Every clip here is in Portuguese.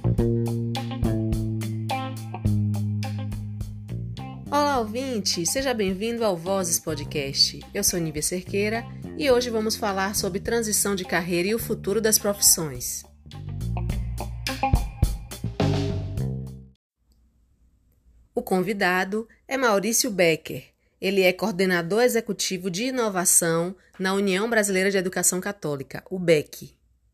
Olá, ouvinte! Seja bem-vindo ao Vozes Podcast. Eu sou Nívia Cerqueira e hoje vamos falar sobre transição de carreira e o futuro das profissões. O convidado é Maurício Becker. Ele é coordenador executivo de inovação na União Brasileira de Educação Católica, o UBEC.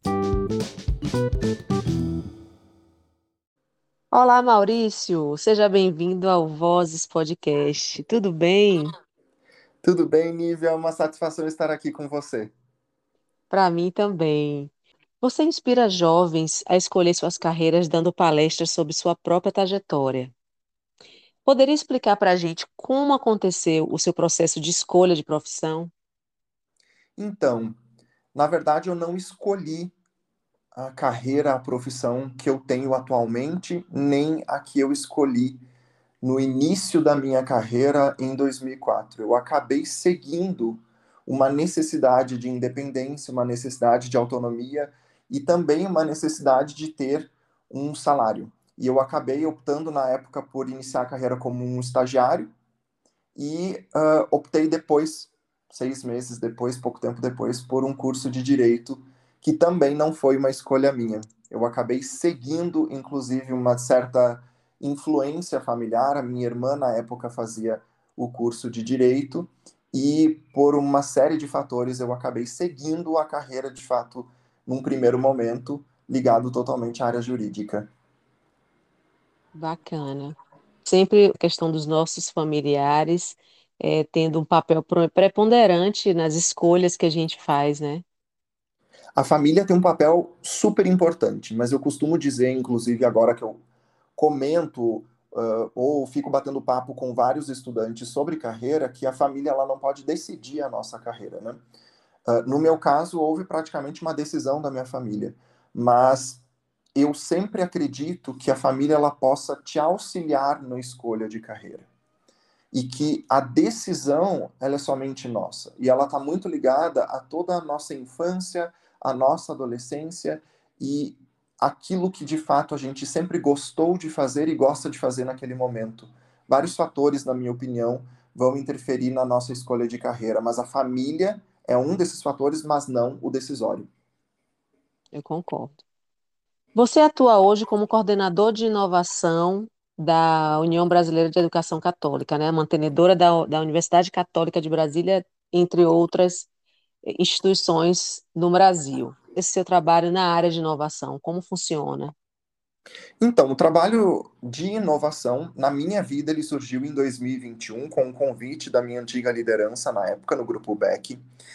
Olá, Maurício! Seja bem-vindo ao Vozes Podcast. Tudo bem? Tudo bem, Nívia? É uma satisfação estar aqui com você. Para mim também. Você inspira jovens a escolher suas carreiras dando palestras sobre sua própria trajetória. Poderia explicar para a gente como aconteceu o seu processo de escolha de profissão? Então, na verdade, eu não escolhi a carreira, a profissão que eu tenho atualmente, nem a que eu escolhi no início da minha carreira em 2004. Eu acabei seguindo uma necessidade de independência, uma necessidade de autonomia e também uma necessidade de ter um salário. E eu acabei optando na época por iniciar a carreira como um estagiário e optei depois, 6 meses depois, pouco tempo depois, por um curso de direito que também não foi uma escolha minha. Eu acabei seguindo, inclusive, uma certa influência familiar. A minha irmã, na época, fazia o curso de direito e, por uma série de fatores, eu acabei seguindo a carreira, de fato, num primeiro momento, ligado totalmente à área jurídica. Bacana. Sempre a questão dos nossos familiares tendo um papel preponderante nas escolhas que a gente faz, né? A família tem um papel super importante, mas eu costumo dizer, inclusive agora que eu comento ou fico batendo papo com vários estudantes sobre carreira, que a família ela não pode decidir a nossa carreira, né? No meu caso, houve praticamente uma decisão da minha família, mas eu sempre acredito que a família ela possa te auxiliar na escolha de carreira e que a decisão ela é somente nossa e ela está muito ligada a toda a nossa infância, a nossa adolescência e aquilo que de fato a gente sempre gostou de fazer e gosta de fazer naquele momento. Vários fatores, na minha opinião, vão interferir na nossa escolha de carreira, mas a família é um desses fatores, mas não o decisório. Eu concordo. Você atua hoje como coordenador de inovação da União Brasileira de Educação Católica, né? Mantenedora da Universidade Católica de Brasília, entre outras instituições no Brasil. Esse seu trabalho na área de inovação, como funciona? Então, o trabalho de inovação, na minha vida, ele surgiu em 2021 com um convite da minha antiga liderança na época, no Grupo BEC,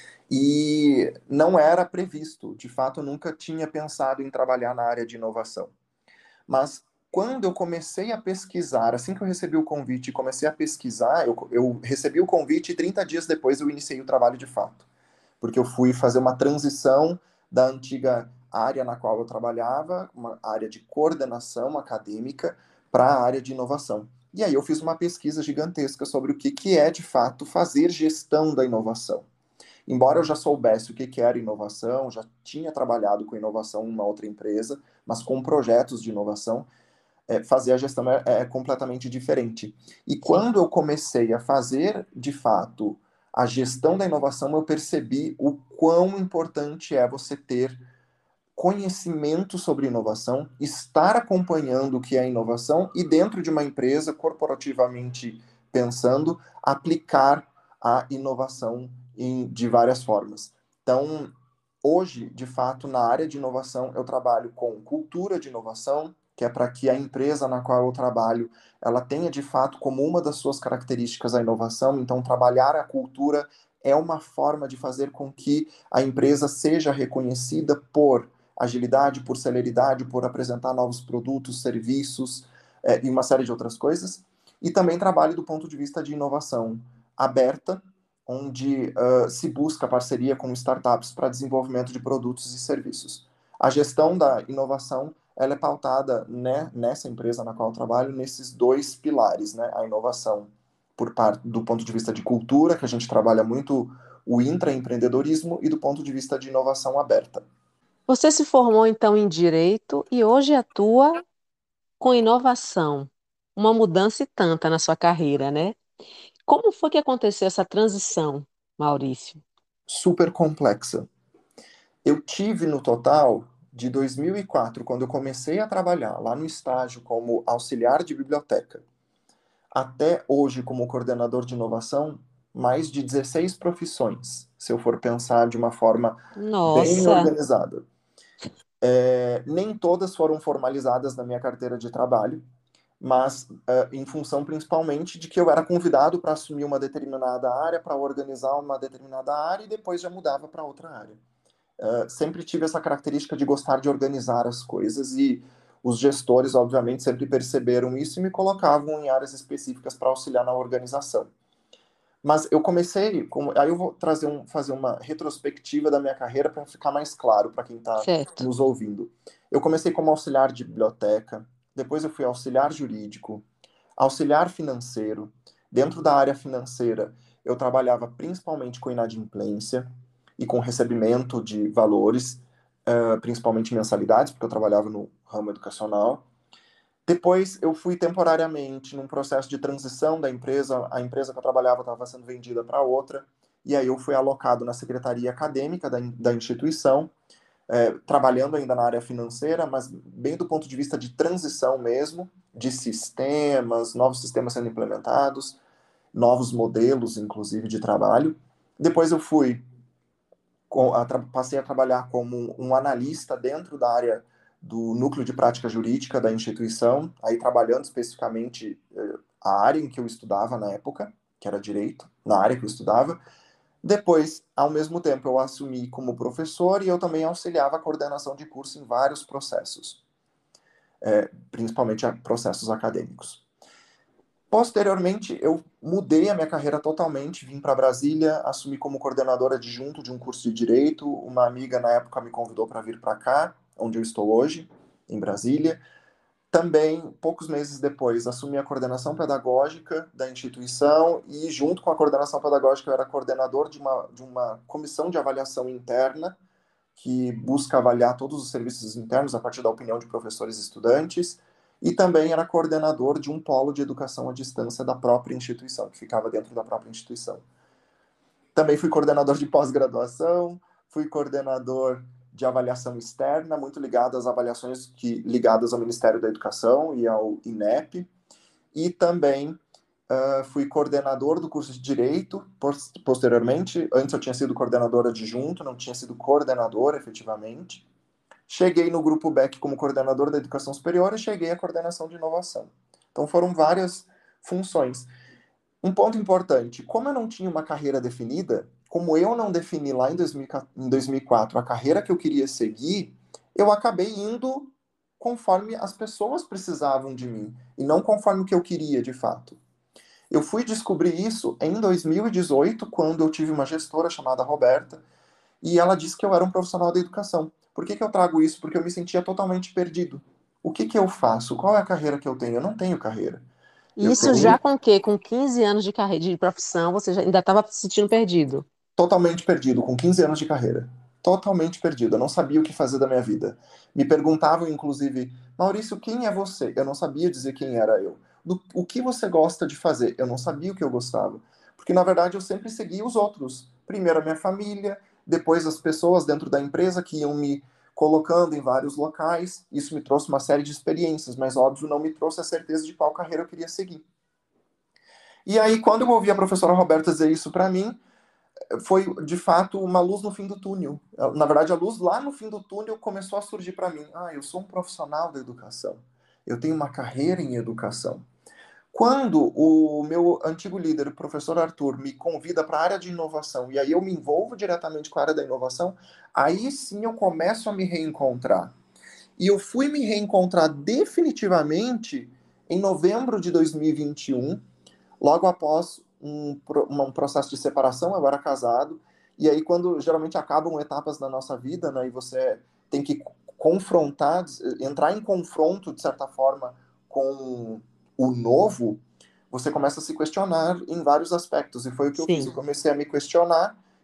e não era previsto. De fato, eu nunca tinha pensado em trabalhar na área de inovação. Mas quando eu comecei a pesquisar, assim que eu recebi o convite e comecei a pesquisar, eu recebi o convite e 30 dias depois eu iniciei o trabalho de fato. Porque eu fui fazer uma transição da antiga área na qual eu trabalhava, uma área de coordenação acadêmica, para a área de inovação. E aí eu fiz uma pesquisa gigantesca sobre o que é, de fato, fazer gestão da inovação. Embora eu já soubesse o que era inovação, já tinha trabalhado com inovação em uma outra empresa, mas com projetos de inovação, fazer a gestão é completamente diferente. E Sim, quando eu comecei a fazer, de fato, a gestão da inovação, eu percebi o quão importante é você ter conhecimento sobre inovação, estar acompanhando o que é inovação e, dentro de uma empresa, corporativamente pensando, aplicar a inovação de várias formas. Então, hoje, de fato, na área de inovação, eu trabalho com cultura de inovação, que é para que a empresa na qual eu trabalho, ela tenha, de fato, como uma das suas características a inovação. Então, trabalhar a cultura é uma forma de fazer com que a empresa seja reconhecida por agilidade, por celeridade, por apresentar novos produtos, serviços e uma série de outras coisas. E também trabalho do ponto de vista de inovação aberta, onde se busca parceria com startups para desenvolvimento de produtos e serviços. A gestão da inovação ela é pautada, né, nessa empresa na qual eu trabalho nesses dois pilares, né, a inovação por parte do ponto de vista de cultura, que a gente trabalha muito o intraempreendedorismo, e do ponto de vista de inovação aberta. Você se formou então em direito e hoje atua com inovação. Uma mudança e tanta na sua carreira, né? Como foi que aconteceu essa transição, Maurício? Super complexa. Eu tive no total, de 2004, quando eu comecei a trabalhar lá no estágio como auxiliar de biblioteca, até hoje como coordenador de inovação, mais de 16 profissões, se eu for pensar de uma forma bem Nossa, organizada. Nem todas foram formalizadas na minha carteira de trabalho, mas em função principalmente de que eu era convidado para assumir uma determinada área, para organizar uma determinada área e depois já mudava para outra área. Sempre tive essa característica de gostar de organizar as coisas e os gestores, obviamente, sempre perceberam isso e me colocavam em áreas específicas para auxiliar na organização. Mas eu comecei, aí eu vou fazer uma retrospectiva da minha carreira para ficar mais claro para quem está certo. nos ouvindo. Eu comecei como auxiliar de biblioteca, depois eu fui auxiliar jurídico, auxiliar financeiro. Dentro da área financeira, eu trabalhava principalmente com inadimplência e com recebimento de valores, principalmente mensalidades, porque eu trabalhava no ramo educacional. Depois eu fui temporariamente num processo de transição da empresa, a empresa que eu trabalhava estava sendo vendida para outra, e aí eu fui alocado na secretaria acadêmica da instituição, trabalhando ainda na área financeira, mas bem do ponto de vista de transição mesmo, de sistemas, novos sistemas sendo implementados, novos modelos, inclusive, de trabalho. Depois eu passei a trabalhar como um analista dentro da área do núcleo de prática jurídica da instituição, aí trabalhando especificamente a área em que eu estudava na época, que era direito, na área que eu estudava. Depois, ao mesmo tempo, eu assumi como professor e eu também auxiliava a coordenação de curso em vários processos, principalmente processos acadêmicos. Posteriormente, eu mudei a minha carreira totalmente, vim para Brasília, assumi como coordenadora adjunto de um curso de direito. Uma amiga na época me convidou para vir para cá, onde eu estou hoje, em Brasília. Também, poucos meses depois, assumi a coordenação pedagógica da instituição e, junto com a coordenação pedagógica, eu era coordenador de uma comissão de avaliação interna que busca avaliar todos os serviços internos a partir da opinião de professores e estudantes, e também era coordenador de um polo de educação à distância da própria instituição, que ficava dentro da própria instituição. Também fui coordenador de pós-graduação, fui coordenador de avaliação externa, muito ligado às avaliações ligadas ao Ministério da Educação e ao INEP, e também fui coordenador do curso de Direito, posteriormente. Antes eu tinha sido coordenador adjunto, não tinha sido coordenador, efetivamente. Cheguei no Grupo BEC como coordenador da Educação Superior e cheguei à coordenação de inovação. Então foram várias funções. Um ponto importante, como eu não tinha uma carreira definida, como eu não defini lá em 2004 a carreira que eu queria seguir, eu acabei indo conforme as pessoas precisavam de mim, e não conforme o que eu queria de fato. Eu fui descobrir isso em 2018, quando eu tive uma gestora chamada Roberta, e ela disse que eu era um profissional da educação. Por que eu trago isso? Porque eu me sentia totalmente perdido. O que eu faço? Qual é a carreira que eu tenho? Eu não tenho carreira. E Eu isso já tenho com o quê? Com 15 anos de carreira, de profissão, você já ainda estava se sentindo perdido. totalmente perdido, com 15 anos de carreira. Totalmente perdido. Eu não sabia o que fazer da minha vida. Me perguntavam, inclusive, Maurício, quem é você? Eu não sabia dizer quem era eu. O que você gosta de fazer? Eu não sabia o que eu gostava. Porque, na verdade, eu sempre seguia os outros. Primeiro a minha família, depois as pessoas dentro da empresa que iam me colocando em vários locais. Isso me trouxe uma série de experiências, mas, óbvio, não me trouxe a certeza de qual carreira eu queria seguir. E aí, quando eu ouvi a professora Roberta dizer isso para mim, foi de fato uma luz no fim do túnel. Na verdade, a luz lá no fim do túnel começou a surgir para mim. Ah, eu sou um profissional da educação. Eu tenho uma carreira em educação. Quando o meu antigo líder, o professor Arthur, me convida para a área de inovação e aí eu me envolvo diretamente com a área da inovação, aí sim eu começo a me reencontrar. E eu fui me reencontrar definitivamente em novembro de 2021, logo após um processo de separação. Eu era casado, e aí quando geralmente acabam etapas na nossa vida, né, e você tem que confrontar, entrar em confronto, de certa forma, com o novo, você começa a se questionar em vários aspectos, e foi o que eu fiz. Eu Sim. comecei a me questionar,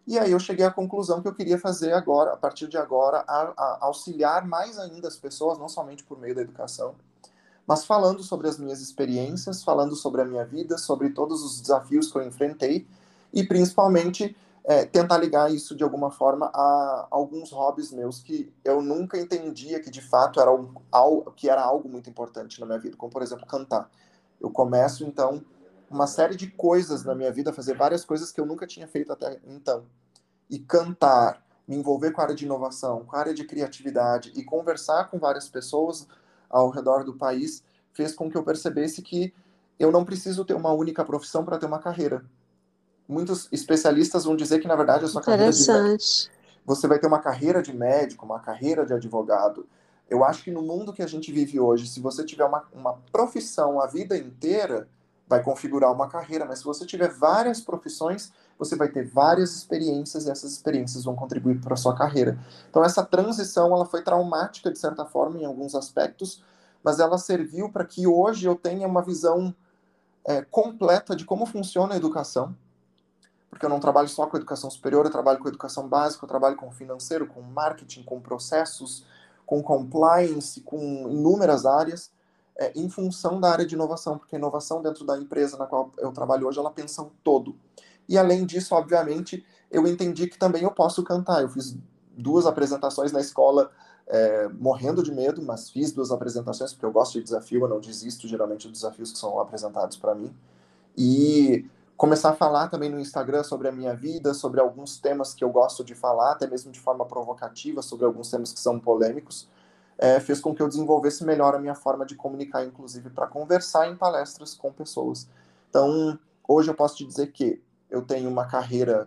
E aí eu cheguei à conclusão que eu queria fazer agora, a partir de agora, auxiliar mais ainda as pessoas, não somente por meio da educação, mas falando sobre as minhas experiências, falando sobre a minha vida, sobre todos os desafios que eu enfrentei e principalmente tentar ligar isso de alguma forma a alguns hobbies meus que eu nunca entendia que de fato que era algo muito importante na minha vida, como por exemplo cantar. Eu começo então uma série de coisas na minha vida, fazer várias coisas que eu nunca tinha feito até então. E cantar, me envolver com a área de inovação, com a área de criatividade e conversar com várias pessoas ao redor do país fez com que eu percebesse que eu não preciso ter uma única profissão para ter uma carreira. Muitos especialistas vão dizer que, na verdade, a sua carreira de Interessante. você vai ter uma carreira de médico, uma carreira de advogado. Eu acho que no mundo que a gente vive hoje, se você tiver uma profissão a vida inteira, vai configurar uma carreira, mas se você tiver várias profissões, você vai ter várias experiências e essas experiências vão contribuir para a sua carreira. Então essa transição, ela foi traumática de certa forma em alguns aspectos, mas ela serviu para que hoje eu tenha uma visão completa de como funciona a educação, porque eu não trabalho só com educação superior, eu trabalho com educação básica, eu trabalho com financeiro, com marketing, com processos, com compliance, com inúmeras áreas, em função da área de inovação, porque a inovação dentro da empresa na qual eu trabalho hoje, ela pensa um todo. E além disso, obviamente, eu entendi que também eu posso cantar. Eu fiz 2 apresentações na escola, morrendo de medo, mas fiz 2 apresentações, porque eu gosto de desafio, eu não desisto geralmente dos desafios que são apresentados para mim. E começar a falar também no Instagram sobre a minha vida, sobre alguns temas que eu gosto de falar, até mesmo de forma provocativa, sobre alguns temas que são polêmicos, fez com que eu desenvolvesse melhor a minha forma de comunicar, inclusive para conversar em palestras com pessoas. Então, hoje eu posso te dizer que eu tenho uma carreira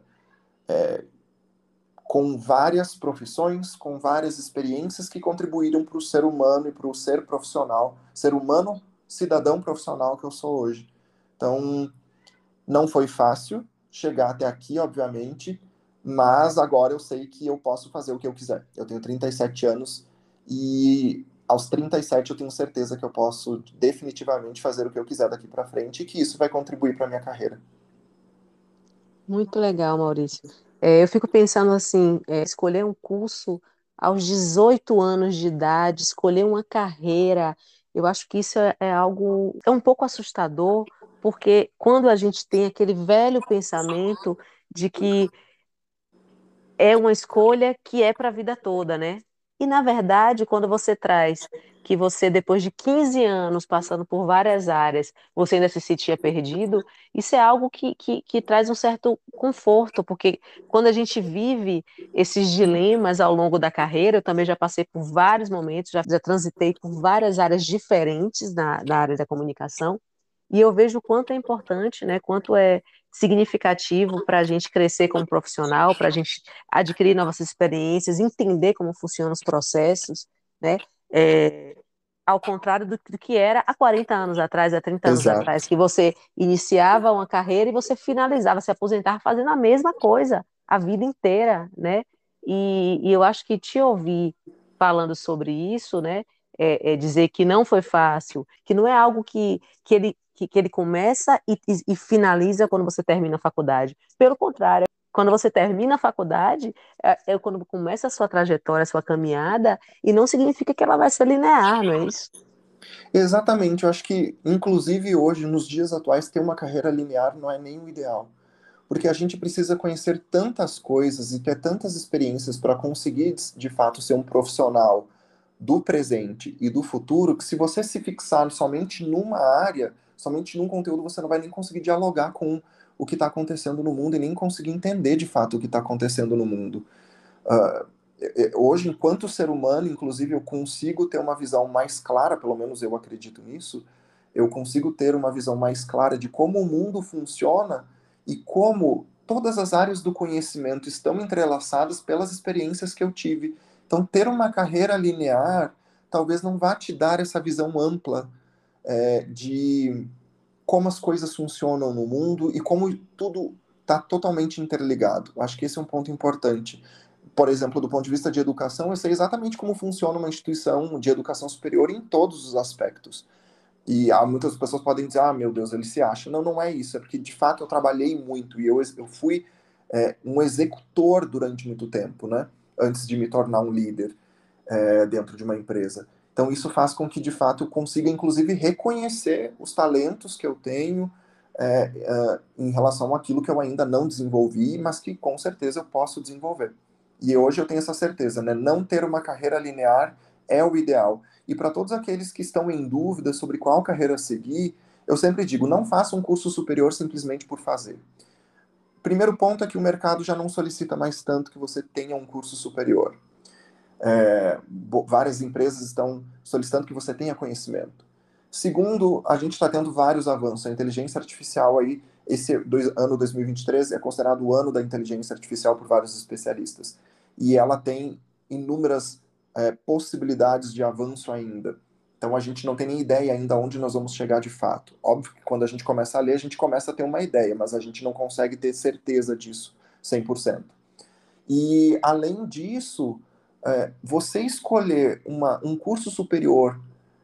com várias profissões, com várias experiências que contribuíram para o ser humano e para o ser profissional, ser humano, cidadão profissional que eu sou hoje. Então, não foi fácil chegar até aqui, obviamente, mas agora eu sei que eu posso fazer o que eu quiser. Eu tenho 37 anos e aos 37 eu tenho certeza que eu posso definitivamente fazer o que eu quiser daqui para frente e que isso vai contribuir para minha carreira. Muito legal, Maurício. Eu fico pensando assim, escolher um curso aos 18 anos de idade, escolher uma carreira, eu acho que isso é algo, é um pouco assustador, porque quando a gente tem aquele velho pensamento de que é uma escolha que é para a vida toda, né? E, na verdade, quando você traz que você, depois de 15 anos passando por várias áreas, você ainda se sentia perdido, isso é algo que traz um certo conforto, porque quando a gente vive esses dilemas ao longo da carreira, eu também já passei por vários momentos, já transitei por várias áreas diferentes na área da comunicação, e eu vejo o quanto é importante, né, quanto é significativo para a gente crescer como profissional, para a gente adquirir novas experiências, entender como funcionam os processos, né? É, ao contrário do que era há 40 anos atrás, há 30 anos atrás, Exato. que você iniciava uma carreira e você finalizava, se aposentava fazendo a mesma coisa a vida inteira, né? E eu acho que te ouvir falando sobre isso, né? Dizer que não foi fácil, que não é algo que ele começa e finaliza quando você termina a faculdade. Pelo contrário, quando você termina a faculdade, é quando começa a sua trajetória, a sua caminhada, e não significa que ela vai ser linear, não é isso? Exatamente, eu acho que, inclusive hoje, nos dias atuais, ter uma carreira linear não é nem o ideal. Porque a gente precisa conhecer tantas coisas e ter tantas experiências para conseguir, de fato, ser um profissional do presente e do futuro, que se você se fixar somente numa área, somente num conteúdo, você não vai nem conseguir dialogar com o que está acontecendo no mundo e nem conseguir entender de fato o que está acontecendo no mundo. Uh, Hoje, enquanto ser humano, inclusive, eu consigo ter uma visão mais clara, pelo menos eu acredito nisso, eu consigo ter uma visão mais clara de como o mundo funciona e como todas as áreas do conhecimento estão entrelaçadas pelas experiências que eu tive. Então, ter uma carreira linear talvez não vá te dar essa visão ampla de como as coisas funcionam no mundo e como tudo está totalmente interligado. Acho que esse é um ponto importante. Por exemplo, do ponto de vista de educação, eu sei exatamente como funciona uma instituição de educação superior em todos os aspectos. E muitas pessoas podem dizer, ah, meu Deus, ele se acha. Não, não é isso. É porque, de fato, eu trabalhei muito e eu fui um executor durante muito tempo, né? Antes de me tornar um líder dentro de uma empresa. Então, isso faz com que, de fato, eu consiga, inclusive, reconhecer os talentos que eu tenho em relação àquilo que eu ainda não desenvolvi, mas que, com certeza, eu posso desenvolver. E hoje eu tenho essa certeza, né? Não ter uma carreira linear é o ideal. E para todos aqueles que estão em dúvida sobre qual carreira seguir, eu sempre digo, não faça um curso superior simplesmente por fazer. Primeiro ponto é que o mercado já não solicita mais tanto que você tenha um curso superior. Várias empresas estão solicitando que você tenha conhecimento. Segundo, a gente está tendo vários avanços. A inteligência artificial aí, ano 2023 é considerado o ano da inteligência artificial por vários especialistas. E ela tem inúmeras possibilidades de avanço ainda. Então a gente não tem nem ideia ainda onde nós vamos chegar de fato. Óbvio que quando a gente começa a ler, a gente começa a ter uma ideia, mas a gente não consegue ter certeza disso 100%. E, além disso, você escolher um curso superior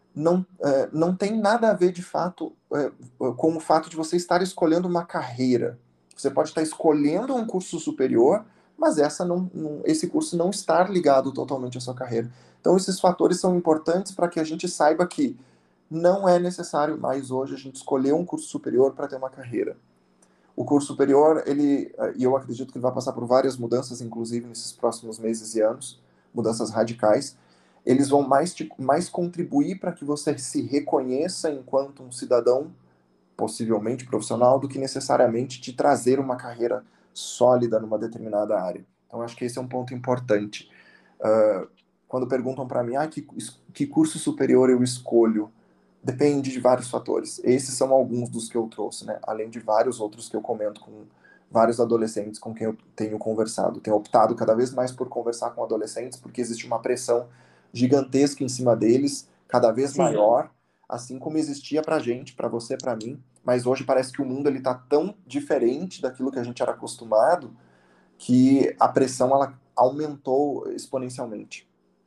não tem nada a ver, de fato, com o fato de você estar escolhendo uma carreira. Você pode estar escolhendo um curso superior, mas esse curso não estar ligado totalmente à sua carreira. Então, esses fatores são importantes para que a gente saiba que não é necessário mais hoje a gente escolher um curso superior para ter uma carreira. O curso superior, e eu acredito que ele vai passar por várias mudanças, inclusive nesses próximos meses e anos, mudanças radicais. Eles vão mais contribuir para que você se reconheça enquanto um cidadão, possivelmente profissional, do que necessariamente te trazer uma carreira sólida numa determinada área. Então, acho que esse é um ponto importante. Quando perguntam para mim, que curso superior eu escolho? Depende de vários fatores. Esses são alguns dos que eu trouxe, né? Além de vários outros que eu comento com vários adolescentes com quem eu tenho conversado. Tenho optado cada vez mais por conversar com adolescentes, porque existe uma pressão gigantesca em cima deles, cada vez Sim. maior, assim como existia pra gente, pra você, pra mim. Mas hoje parece que o mundo ele tá tão diferente daquilo que a gente era acostumado que a pressão ela aumentou exponencialmente.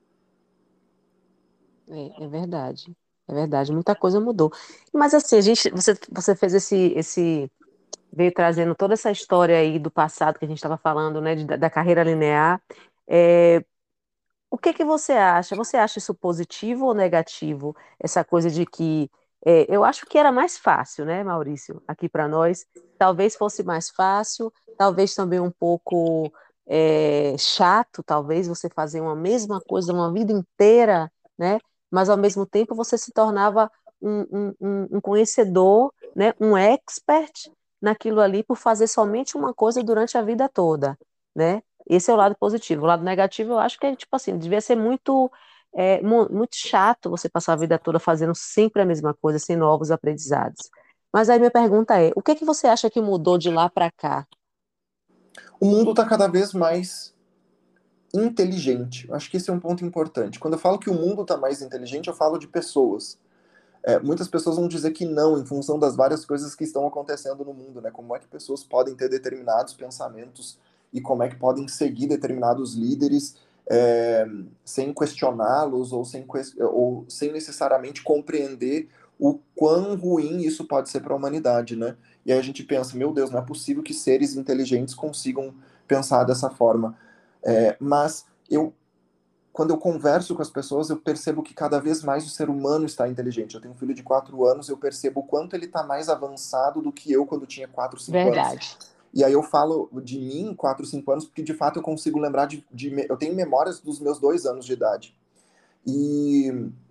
É verdade. É verdade, muita coisa mudou. Mas assim, você fez veio trazendo toda essa história aí do passado que a gente estava falando, né, da carreira linear. É, o que que você acha? Você acha isso positivo ou negativo? Essa coisa de que eu acho que era mais fácil, né, Maurício, aqui para nós. Talvez fosse mais fácil, talvez também um pouco chato, talvez você fazer uma mesma coisa uma vida inteira, né? Mas ao mesmo tempo você se tornava um conhecedor, né, um expert naquilo ali por fazer somente uma coisa durante a vida toda, né? Esse é o lado positivo. O lado negativo, eu acho que é, tipo assim, devia ser muito chato você passar a vida toda fazendo sempre a mesma coisa, sem novos aprendizados. Mas aí minha pergunta é, o que que você acha que mudou de lá para cá? O mundo está cada vez mais inteligente. Acho que esse é um ponto importante. Quando eu falo que o mundo está mais inteligente, eu falo de pessoas. Muitas pessoas vão dizer que não, em função das várias coisas que estão acontecendo no mundo, né? Como é que pessoas podem ter determinados pensamentos e como é que podem seguir determinados líderes sem questioná-los ou sem necessariamente compreender o quão ruim isso pode ser para a humanidade, né? E aí a gente pensa, meu Deus, não é possível que seres inteligentes consigam pensar dessa forma. Mas quando eu converso com as pessoas, eu percebo que cada vez mais o ser humano está inteligente. Eu tenho um filho de 4 anos, eu percebo o quanto ele está mais avançado do que eu quando tinha 4, 5 anos. Verdade. E aí eu falo de mim, 4, 5 anos, porque de fato eu consigo lembrar eu tenho memórias dos meus 2 anos de idade. E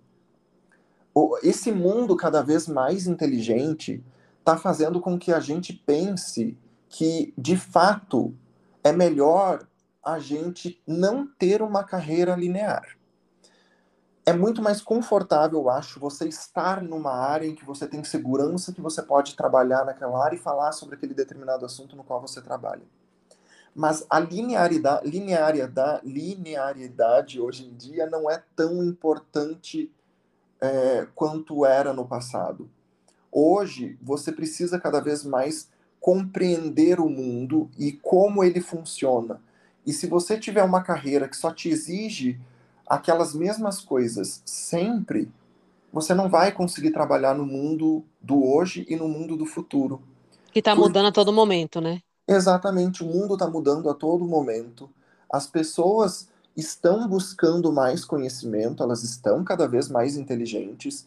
esse mundo cada vez mais inteligente está fazendo com que a gente pense que, de fato, é melhor a gente não ter uma carreira linear. É muito mais confortável, eu acho, você estar numa área em que você tem segurança que você pode trabalhar naquela área e falar sobre aquele determinado assunto no qual você trabalha. Mas a linearidade hoje em dia não é tão importante quanto era no passado. Hoje, você precisa cada vez mais compreender o mundo e como ele funciona. E se você tiver uma carreira que só te exige aquelas mesmas coisas sempre, você não vai conseguir trabalhar no mundo do hoje e no mundo do futuro. Que está Por, mudando a todo momento, né? Exatamente, o mundo está mudando a todo momento. As pessoas estão buscando mais conhecimento, elas estão cada vez mais inteligentes,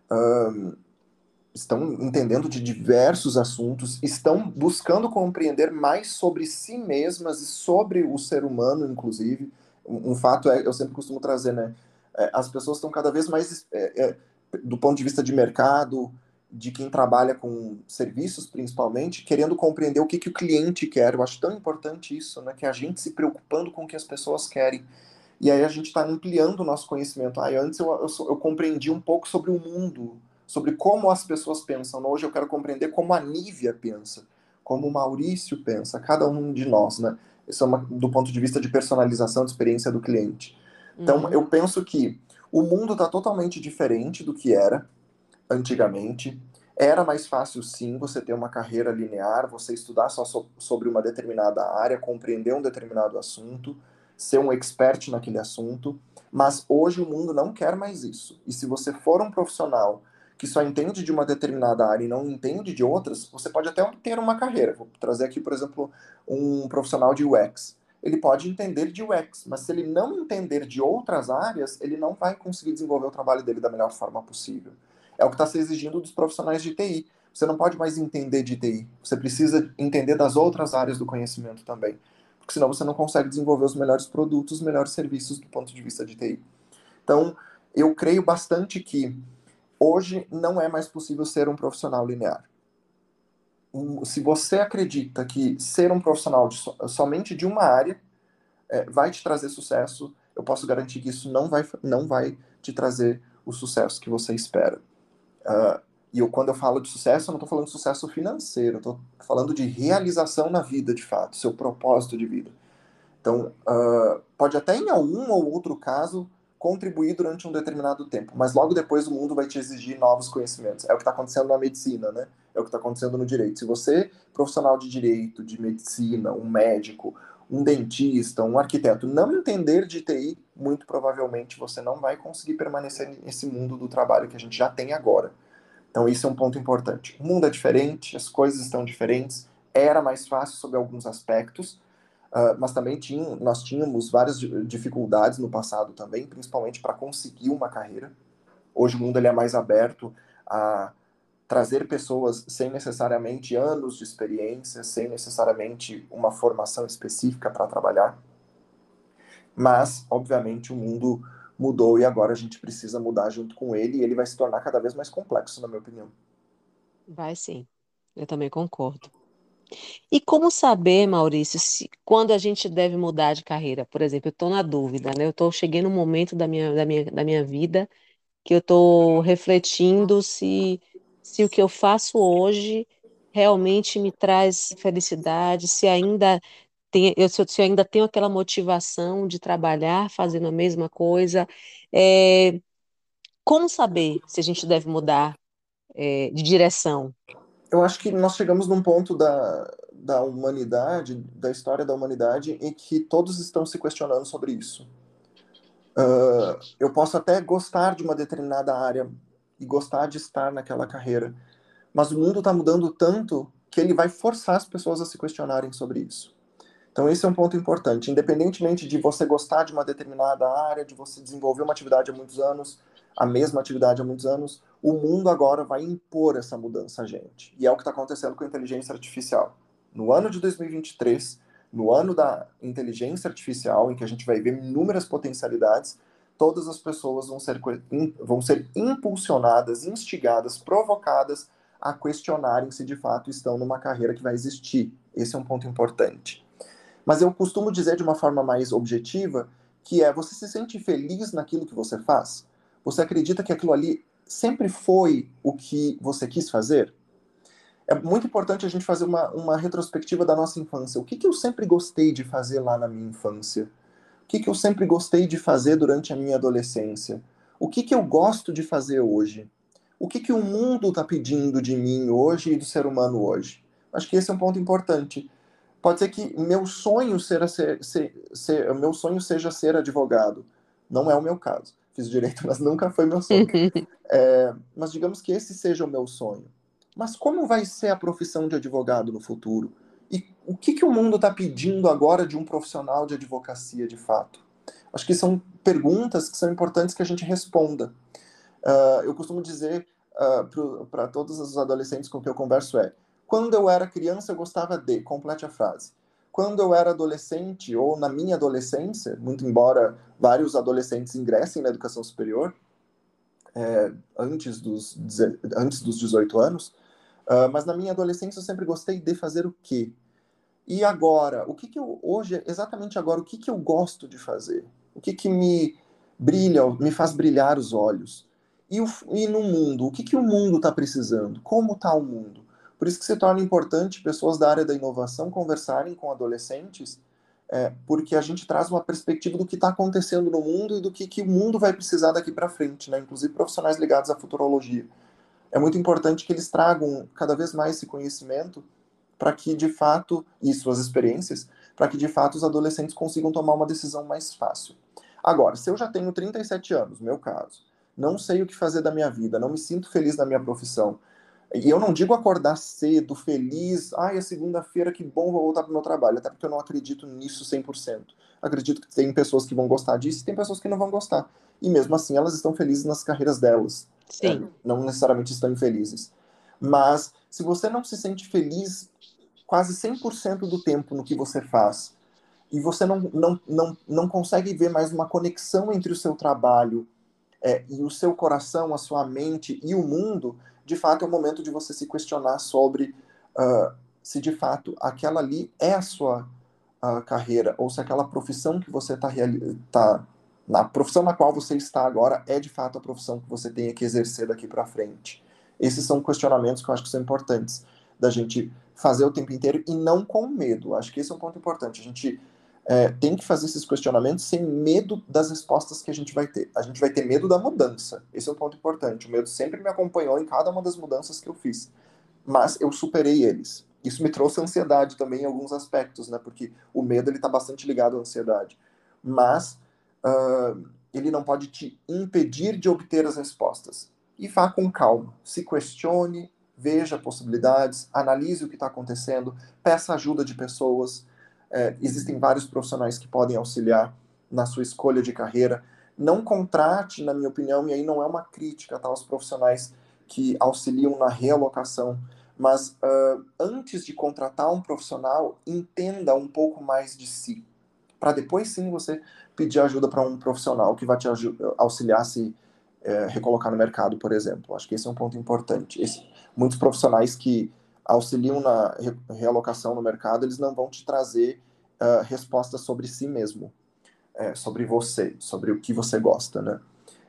estão entendendo de diversos assuntos, estão buscando compreender mais sobre si mesmas e sobre o ser humano, inclusive. Um fato é, eu sempre costumo trazer, né? As pessoas estão cada vez mais, do ponto de vista de mercado, de quem trabalha com serviços principalmente, querendo compreender o que, que o cliente quer. Eu acho tão importante isso, né? Que a gente se preocupando com o que as pessoas querem. E aí a gente está ampliando o nosso conhecimento. Antes eu compreendi um pouco sobre o mundo, sobre como as pessoas pensam. Hoje eu quero compreender como a Nívia pensa, como o Maurício pensa, cada um de nós, né? Isso é do ponto de vista de personalização de experiência do cliente. Então, Uhum. eu penso que o mundo está totalmente diferente do que era antigamente. Era mais fácil, sim, você ter uma carreira linear, você estudar só sobre uma determinada área, compreender um determinado assunto, ser um expert naquele assunto. Mas hoje o mundo não quer mais isso. E se você for um profissional que só entende de uma determinada área e não entende de outras, você pode até ter uma carreira. Vou trazer aqui, por exemplo, um profissional de UX. Ele pode entender de UX, mas se ele não entender de outras áreas, ele não vai conseguir desenvolver o trabalho dele da melhor forma possível. É o que está se exigindo dos profissionais de TI. Você não pode mais entender de TI. Você precisa entender das outras áreas do conhecimento também. Porque senão você não consegue desenvolver os melhores produtos, os melhores serviços do ponto de vista de TI. Então, eu creio bastante que hoje não é mais possível ser um profissional linear. Se você acredita que ser um profissional somente de uma área vai te trazer sucesso, eu posso garantir que isso não vai te trazer o sucesso que você espera. Quando eu falo de sucesso, eu não estou falando de sucesso financeiro, eu estou falando de realização na vida, de fato, seu propósito de vida. Então, pode até em algum ou outro caso contribuir durante um determinado tempo, mas logo depois o mundo vai te exigir novos conhecimentos. É o que está acontecendo na medicina, né? É o que está acontecendo no direito. Se você, profissional de direito, de medicina, um médico, um dentista, um arquiteto, não entender de TI, muito provavelmente você não vai conseguir permanecer nesse mundo do trabalho que a gente já tem agora. Então, isso é um ponto importante. O mundo é diferente, as coisas estão diferentes, era mais fácil sob alguns aspectos, mas também nós tínhamos várias dificuldades no passado também, principalmente para conseguir uma carreira. Hoje o mundo ele é mais aberto a trazer pessoas sem necessariamente anos de experiência, sem necessariamente uma formação específica para trabalhar. Mas, obviamente, o mundo mudou e agora a gente precisa mudar junto com ele e ele vai se tornar cada vez mais complexo, na minha opinião. Vai sim, eu também concordo. E como saber, Maurício, quando a gente deve mudar de carreira? Por exemplo, eu estou na dúvida, né? Cheguei num momento da minha vida que eu estou refletindo se o que eu faço hoje realmente me traz felicidade, se eu ainda tenho aquela motivação de trabalhar fazendo a mesma coisa. É, como saber se a gente deve mudar, de direção? Eu acho que nós chegamos num ponto da humanidade, da história da humanidade, em que todos estão se questionando sobre isso. Eu posso até gostar de uma determinada área e gostar de estar naquela carreira, mas o mundo está mudando tanto que ele vai forçar as pessoas a se questionarem sobre isso. Então, esse é um ponto importante. Independentemente de você gostar de uma determinada área, de você desenvolver uma atividade há muitos anos, a mesma atividade há muitos anos, o mundo agora vai impor essa mudança a gente. E é o que está acontecendo com a inteligência artificial. No ano de 2023, no ano da inteligência artificial, em que a gente vai ver inúmeras potencialidades, todas as pessoas vão ser impulsionadas, instigadas, provocadas a questionarem se de fato estão numa carreira que vai existir. Esse é um ponto importante. Mas eu costumo dizer de uma forma mais objetiva que você se sente feliz naquilo que você faz? Você acredita que aquilo ali sempre foi o que você quis fazer? É muito importante a gente fazer uma retrospectiva da nossa infância. O que, que eu sempre gostei de fazer lá na minha infância? O que, que eu sempre gostei de fazer durante a minha adolescência? O que, que eu gosto de fazer hoje? O que, que o mundo está pedindo de mim hoje e do ser humano hoje? Acho que esse é um ponto importante. Pode ser que meu sonho seja ser advogado. Não é o meu caso. Fiz direito, mas nunca foi meu sonho. Mas digamos que esse seja o meu sonho. Mas como vai ser a profissão de advogado no futuro? E o que o mundo está pedindo agora de um profissional de advocacia, de fato? Acho que são perguntas que são importantes que a gente responda. Eu costumo dizer para todos os adolescentes com quem eu converso quando eu era criança eu gostava de, complete a frase. Quando eu era adolescente, ou na minha adolescência, muito embora vários adolescentes ingressem na educação superior, antes dos 18 anos, mas na minha adolescência eu sempre gostei de fazer o quê? E agora, hoje, exatamente agora, o que eu gosto de fazer? O que me brilha, me faz brilhar os olhos? E no mundo, o mundo está precisando? Como está o mundo? Por isso que se torna importante pessoas da área da inovação conversarem com adolescentes, porque a gente traz uma perspectiva do que está acontecendo no mundo e do que o mundo vai precisar daqui para frente, né? Inclusive profissionais ligados à futurologia. É muito importante que eles tragam cada vez mais esse conhecimento para que de fato, e suas experiências, para que de fato os adolescentes consigam tomar uma decisão mais fácil. Agora, se eu já tenho 37 anos, meu caso, não sei o que fazer da minha vida, não me sinto feliz na minha profissão, e eu não digo acordar cedo, feliz, é segunda-feira, que bom, vou voltar para o meu trabalho, até porque eu não acredito nisso 100%. Acredito que tem pessoas que vão gostar disso e tem pessoas que não vão gostar. E mesmo assim, elas estão felizes nas carreiras delas. Sim. Não necessariamente estão infelizes. Mas, se você não se sente feliz quase 100% do tempo no que você faz, e você não consegue ver mais uma conexão entre o seu trabalho e o seu coração, a sua mente e o mundo, de fato é o momento de você se questionar sobre se de fato aquela ali é a sua carreira, ou se aquela profissão que você está na profissão na qual você está agora é de fato a profissão que você tenha que exercer daqui para frente. Esses são questionamentos que eu acho que são importantes da gente fazer o tempo inteiro e não com medo. Acho que esse é um ponto importante. A gente tem que fazer esses questionamentos sem medo das respostas que a gente vai ter. A gente vai ter medo da mudança. Esse é um ponto importante. O medo sempre me acompanhou em cada uma das mudanças que eu fiz. Mas eu superei eles. Isso me trouxe ansiedade também em alguns aspectos, né? Porque o medo ele está bastante ligado à ansiedade. Mas ele não pode te impedir de obter as respostas. E vá com calma. Se questione, veja possibilidades, analise o que está acontecendo, peça ajuda de pessoas. Existem vários profissionais que podem auxiliar na sua escolha de carreira. Não contrate, na minha opinião, e aí não é uma crítica tá, aos profissionais que auxiliam na realocação, mas antes de contratar um profissional, entenda um pouco mais de si, para depois sim você pedir ajuda para um profissional que vai te auxiliar a se recolocar no mercado, por exemplo. Acho que esse é um ponto importante. Muitos profissionais que auxiliam na realocação no mercado, eles não vão te trazer respostas sobre si mesmo, sobre você, sobre o que você gosta, né?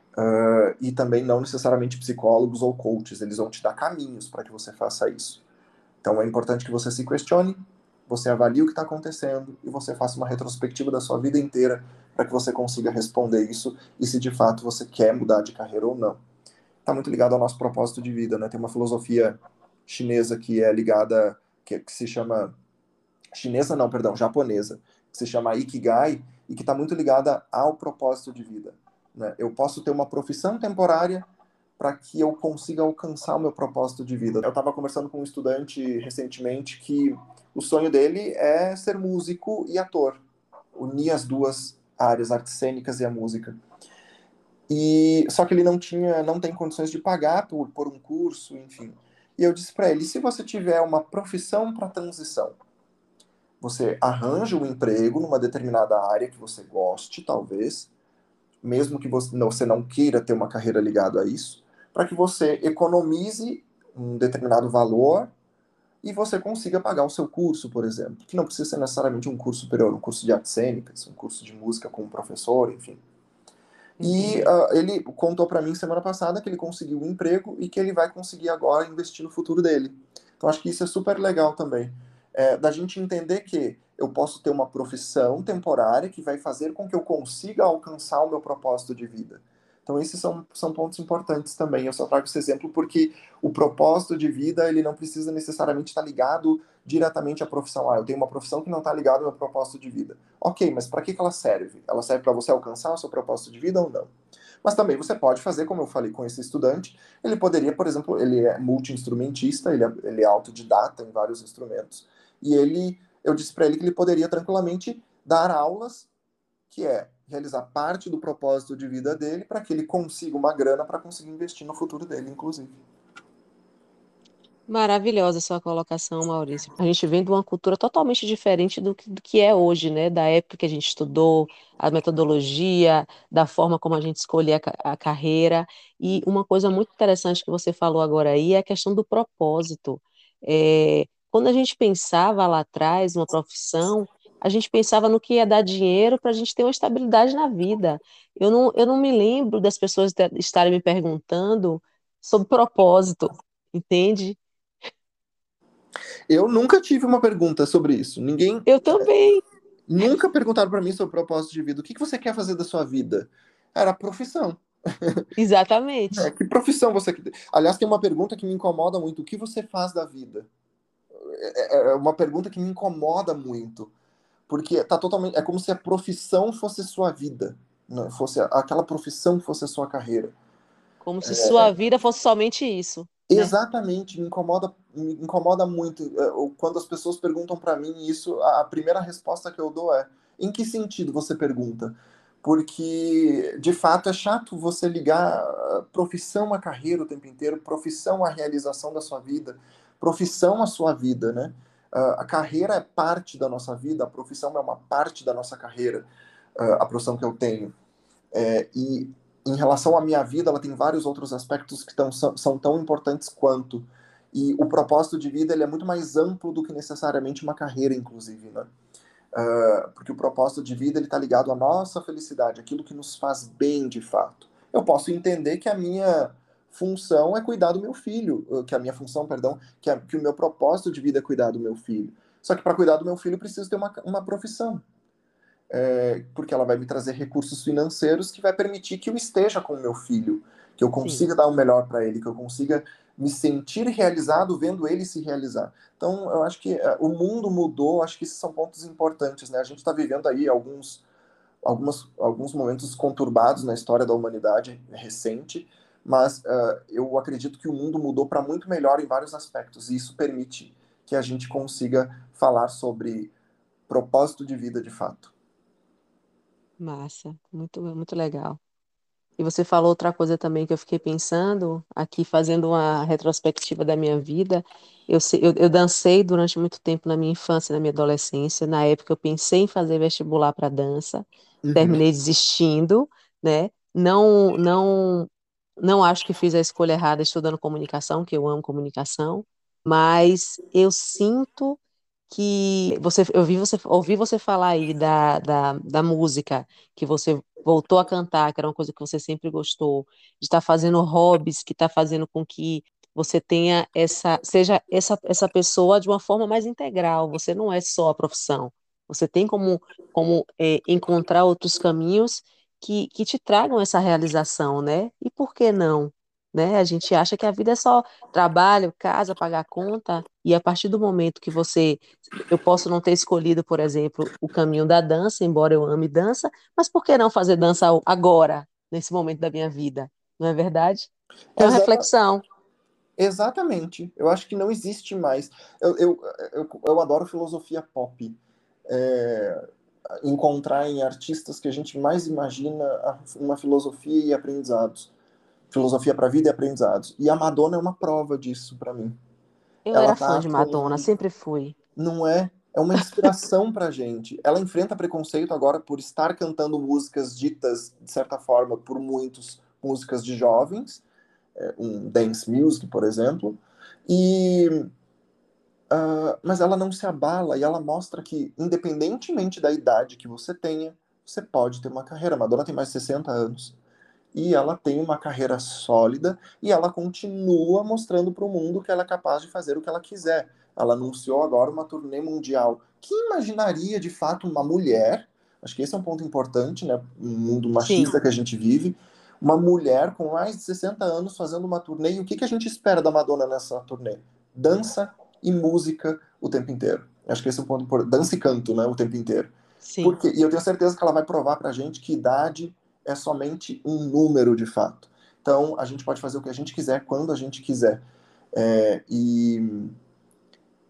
E também não necessariamente psicólogos ou coaches, eles vão te dar caminhos para que você faça isso. Então é importante que você se questione, você avalie o que está acontecendo e você faça uma retrospectiva da sua vida inteira para que você consiga responder isso e se de fato você quer mudar de carreira ou não. Está muito ligado ao nosso propósito de vida, né? Tem uma filosofia chinesa que é ligada, que se chama chinesa não, perdão, japonesa, que se chama Ikigai e que está muito ligada ao propósito de vida. Né? Eu posso ter uma profissão temporária para que eu consiga alcançar o meu propósito de vida. Eu estava conversando com um estudante recentemente que o sonho dele é ser músico e ator, unir as duas áreas, artes cênicas e a música. E só que ele não tem condições de pagar por um curso, enfim. E eu disse para ele: se você tiver uma profissão para transição, você arranja um emprego numa determinada área que você goste, talvez, mesmo que você não queira ter uma carreira ligada a isso, para que você economize um determinado valor e você consiga pagar o seu curso, por exemplo, que não precisa ser necessariamente um curso superior, um curso de artes cênicas, um curso de música com um professor, enfim. E Entendi. ele contou para mim semana passada que ele conseguiu um emprego e que ele vai conseguir agora investir no futuro dele. Então acho que isso é super legal também. Da gente entender que eu posso ter uma profissão temporária que vai fazer com que eu consiga alcançar o meu propósito de vida. Então esses são pontos importantes também. Eu só trago esse exemplo porque o propósito de vida ele não precisa necessariamente estar ligado diretamente à profissão. Eu tenho uma profissão que não está ligada ao meu propósito de vida. Ok, mas para que ela serve? Ela serve para você alcançar o seu propósito de vida ou não? Mas também você pode fazer, como eu falei com esse estudante, ele poderia, por exemplo, ele é multi-instrumentista, ele é autodidata em vários instrumentos, E eu disse para ele que ele poderia tranquilamente dar aulas, que é realizar parte do propósito de vida dele para que ele consiga uma grana para conseguir investir no futuro dele, inclusive. Maravilhosa a sua colocação, Maurício. A gente vem de uma cultura totalmente diferente do que é hoje, né? Da época que a gente estudou, a metodologia, da forma como a gente escolhe a carreira. E uma coisa muito interessante que você falou agora aí é a questão do propósito. Quando a gente pensava lá atrás, uma profissão, a gente pensava no que ia dar dinheiro para a gente ter uma estabilidade na vida. Eu não me lembro das pessoas estarem me perguntando sobre propósito, entende? Eu nunca tive uma pergunta sobre isso. Ninguém Eu também, nunca perguntaram para mim sobre propósito de vida. O que você quer fazer da sua vida? Era profissão. exatamente. Que profissão você quer? Aliás, tem uma pergunta que me incomoda muito. O que você faz da vida? É uma pergunta que me incomoda muito, porque tá totalmente, é como se a profissão fosse sua vida, né? Fosse aquela profissão fosse a sua carreira. Como se sua vida fosse somente isso, né? Exatamente, me incomoda muito quando as pessoas perguntam para mim isso. A primeira resposta que eu dou é: em que sentido você pergunta? Porque de fato é chato você ligar profissão à carreira o tempo inteiro, profissão à realização da sua vida, profissão à sua vida, né? A carreira é parte da nossa vida, a profissão é uma parte da nossa carreira, a profissão que eu tenho. E em relação à minha vida, ela tem vários outros aspectos que são tão importantes quanto. E o propósito de vida ele é muito mais amplo do que necessariamente uma carreira, inclusive, né? Porque o propósito de vida ele está ligado à nossa felicidade, aquilo que nos faz bem de fato. Eu posso entender que a minha função é cuidar do meu filho, que a minha função, perdão, que o meu propósito de vida é cuidar do meu filho. Só que para cuidar do meu filho eu preciso ter uma profissão, porque ela vai me trazer recursos financeiros que vai permitir que eu esteja com o meu filho, que eu Sim, consiga dar o melhor para ele, que eu consiga me sentir realizado vendo ele se realizar. Então, eu acho que o mundo mudou, acho que esses são pontos importantes, né? A gente está vivendo aí alguns momentos conturbados na história da humanidade recente, mas eu acredito que o mundo mudou para muito melhor em vários aspectos, e isso permite que a gente consiga falar sobre propósito de vida de fato. massa, muito legal. E você falou outra coisa também que eu fiquei pensando, aqui fazendo uma retrospectiva da minha vida. Eu dancei durante muito tempo na minha infância, na minha adolescência. Na época eu pensei em fazer vestibular para dança, Uhum. terminei desistindo, né? Não acho que fiz a escolha errada estudando comunicação, que eu amo comunicação, mas eu sinto que ouvi você falar aí da música que você voltou a cantar, que era uma coisa que você sempre gostou, de estar fazendo hobbies, que está fazendo com que você tenha seja essa pessoa de uma forma mais integral. Você não é só a profissão. Você tem como encontrar outros caminhos que te tragam essa realização, né? E por que não? Né? A gente acha que a vida é só trabalho, casa, pagar conta, e a partir do momento que eu posso não ter escolhido, por exemplo, o caminho da dança, embora eu ame dança, mas por que não fazer dança agora, nesse momento da minha vida? Não é verdade? É uma Exata, reflexão. exatamente. Eu acho que não existe mais. Eu adoro filosofia pop. É, encontrar em artistas que a gente mais imagina uma filosofia e aprendizados. Filosofia para a vida e aprendizados. E a Madonna é uma prova disso para mim. Eu Ela era fã tá de Madonna, com. sempre fui. Não é? É uma inspiração pra gente. Ela enfrenta preconceito agora por estar cantando músicas ditas, de certa forma, por muitos, músicas de jovens, um dance music, por exemplo. E mas ela não se abala e ela mostra que, independentemente da idade que você tenha, você pode ter uma carreira. A Madonna tem mais de 60 anos e ela tem uma carreira sólida e ela continua mostrando para o mundo que ela é capaz de fazer o que ela quiser. Ela anunciou agora uma turnê mundial. Quem imaginaria de fato uma mulher? Acho que esse é um ponto importante, né? No mundo Sim, machista que a gente vive, uma mulher com mais de 60 anos fazendo uma turnê. E o que que a gente espera da Madonna nessa turnê? Dança e música o tempo inteiro. Acho que esse é um ponto importante. Dança e canto, né? O tempo inteiro. sim. E eu tenho certeza que ela vai provar pra gente que idade é somente um número de fato. Então, a gente pode fazer o que a gente quiser, quando a gente quiser. E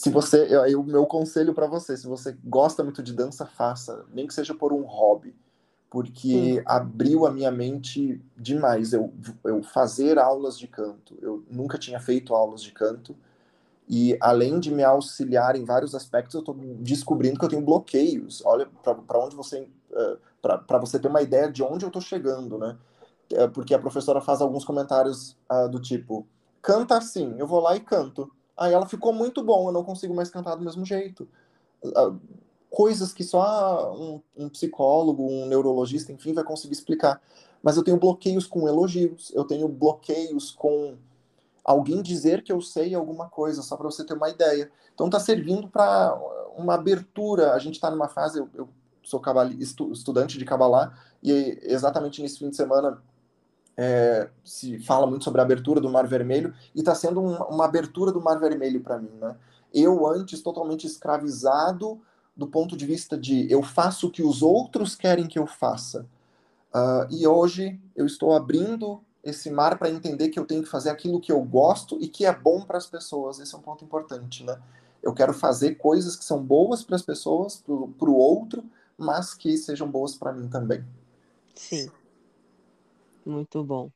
Se você, aí o meu conselho para você, se você gosta muito de dança, faça, nem que seja por um hobby, Sim, porque abriu a minha mente demais. Eu fazer aulas de canto, eu nunca tinha feito aulas de canto, e além de me auxiliar em vários aspectos, eu estou descobrindo que eu tenho bloqueios. Olha, para onde você, para você ter uma ideia de onde eu estou chegando, né? Porque a professora faz alguns comentários do tipo, canta assim, eu vou lá e canto. Aí ela ficou muito bom, eu não consigo mais cantar do mesmo jeito. Uh, Coisas que só um psicólogo, um neurologista, enfim, vai conseguir explicar. Mas eu tenho bloqueios com elogios, eu tenho bloqueios com alguém dizer que eu sei alguma coisa, só para você ter uma ideia. Então está servindo para uma abertura. A gente está numa fase, eu sou estudante de Kabbalah, e exatamente nesse fim de semana se fala muito sobre a abertura do Mar Vermelho, e está sendo uma abertura do Mar Vermelho para mim, né? Eu antes totalmente escravizado do ponto de vista de eu faço o que os outros querem que eu faça. E hoje eu estou abrindo esse mar para entender que eu tenho que fazer aquilo que eu gosto e que é bom para as pessoas. Esse é um ponto importante, né? Eu quero fazer coisas que são boas para as pessoas, para o outro, mas que sejam boas para mim também. sim, muito bom.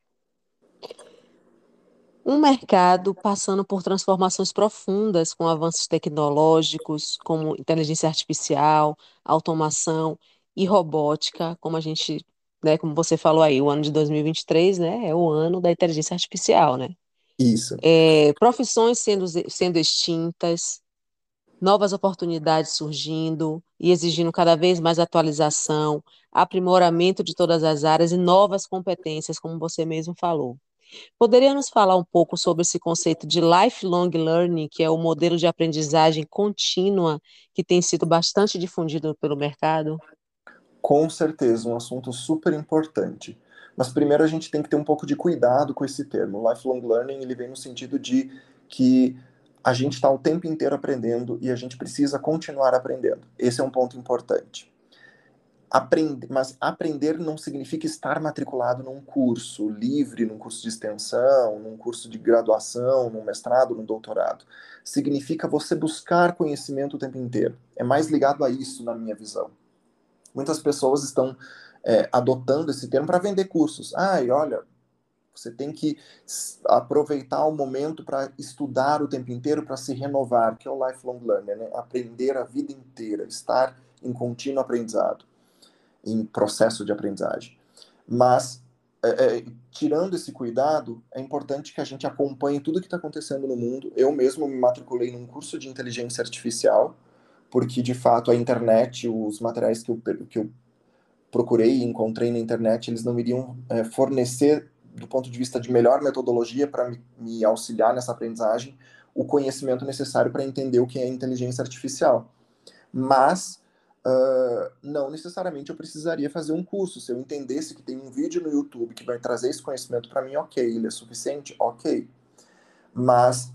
Um mercado passando por transformações profundas com avanços tecnológicos, como inteligência artificial, automação e robótica, como a gente, né, como você falou aí, o ano de 2023, né, é o ano da inteligência artificial, né? Isso. Profissões sendo extintas, novas oportunidades surgindo e exigindo cada vez mais atualização, aprimoramento de todas as áreas e novas competências, como você mesmo falou. Poderia nos falar um pouco sobre esse conceito de lifelong learning, que é o modelo de aprendizagem contínua que tem sido bastante difundido pelo mercado? Com certeza, um assunto super importante. Mas primeiro a gente tem que ter um pouco de cuidado com esse termo. Lifelong learning, ele vem no sentido de que a gente está o tempo inteiro aprendendo e a gente precisa continuar aprendendo. Esse é um ponto importante. Mas aprender não significa estar matriculado num curso livre, num curso de extensão, num curso de graduação, num mestrado, num doutorado. Significa você buscar conhecimento o tempo inteiro. É mais ligado a isso, na minha visão. Muitas pessoas estão adotando esse termo para vender cursos. E olha, você tem que aproveitar o momento para estudar o tempo inteiro, para se renovar, que é o lifelong learner, né? Aprender a vida inteira, estar em contínuo aprendizado, em processo de aprendizagem. Mas, tirando esse cuidado, é importante que a gente acompanhe tudo que está acontecendo no mundo. Eu mesmo me matriculei num curso de inteligência artificial, porque, de fato, a internet, os materiais que eu procurei e encontrei na internet, eles não iriam fornecer, do ponto de vista de melhor metodologia para me auxiliar nessa aprendizagem, o conhecimento necessário para entender o que é inteligência artificial. Mas não necessariamente eu precisaria fazer um curso. Se eu entendesse que tem um vídeo no YouTube que vai trazer esse conhecimento para mim, ok. Ele é suficiente? Ok. Mas,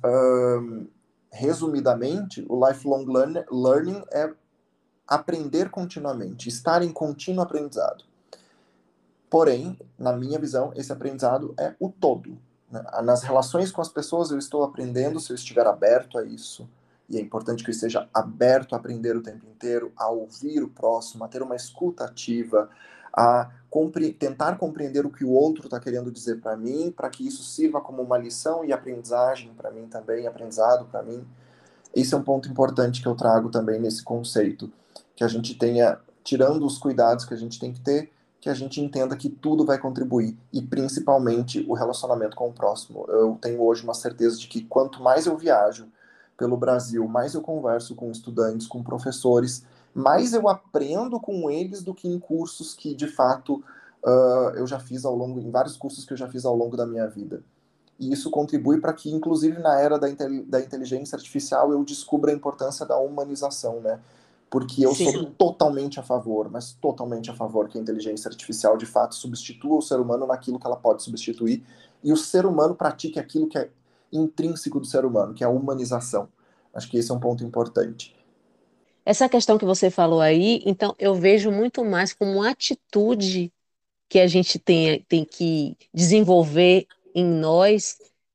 resumidamente, o lifelong learning é aprender continuamente, estar em contínuo aprendizado. Porém, na minha visão, esse aprendizado é o todo. Né? Nas relações com as pessoas, eu estou aprendendo se eu estiver aberto a isso. E é importante que eu esteja aberto a aprender o tempo inteiro, a ouvir o próximo, a ter uma escuta ativa, a tentar compreender o que o outro está querendo dizer para mim, para que isso sirva como uma lição e aprendizagem para mim também, aprendizado para mim. Esse é um ponto importante que eu trago também nesse conceito, que a gente tenha, tirando os cuidados que a gente tem que ter, que a gente entenda que tudo vai contribuir, e principalmente o relacionamento com o próximo. Eu tenho hoje uma certeza de que quanto mais eu viajo pelo Brasil, mais eu converso com estudantes, com professores, mais eu aprendo com eles do que em cursos que, de fato, eu já fiz em vários cursos que eu já fiz ao longo da minha vida. E isso contribui para que, inclusive na era da inteligência artificial, eu descubra a importância da humanização, né? Porque eu Sim. sou totalmente a favor, mas totalmente a favor que a inteligência artificial, de fato, substitua o ser humano naquilo que ela pode substituir e o ser humano pratique aquilo que é intrínseco do ser humano, que é a humanização. Acho que esse é um ponto importante. Essa questão que você falou aí, então eu vejo muito mais como uma atitude que a gente tem que desenvolver em nós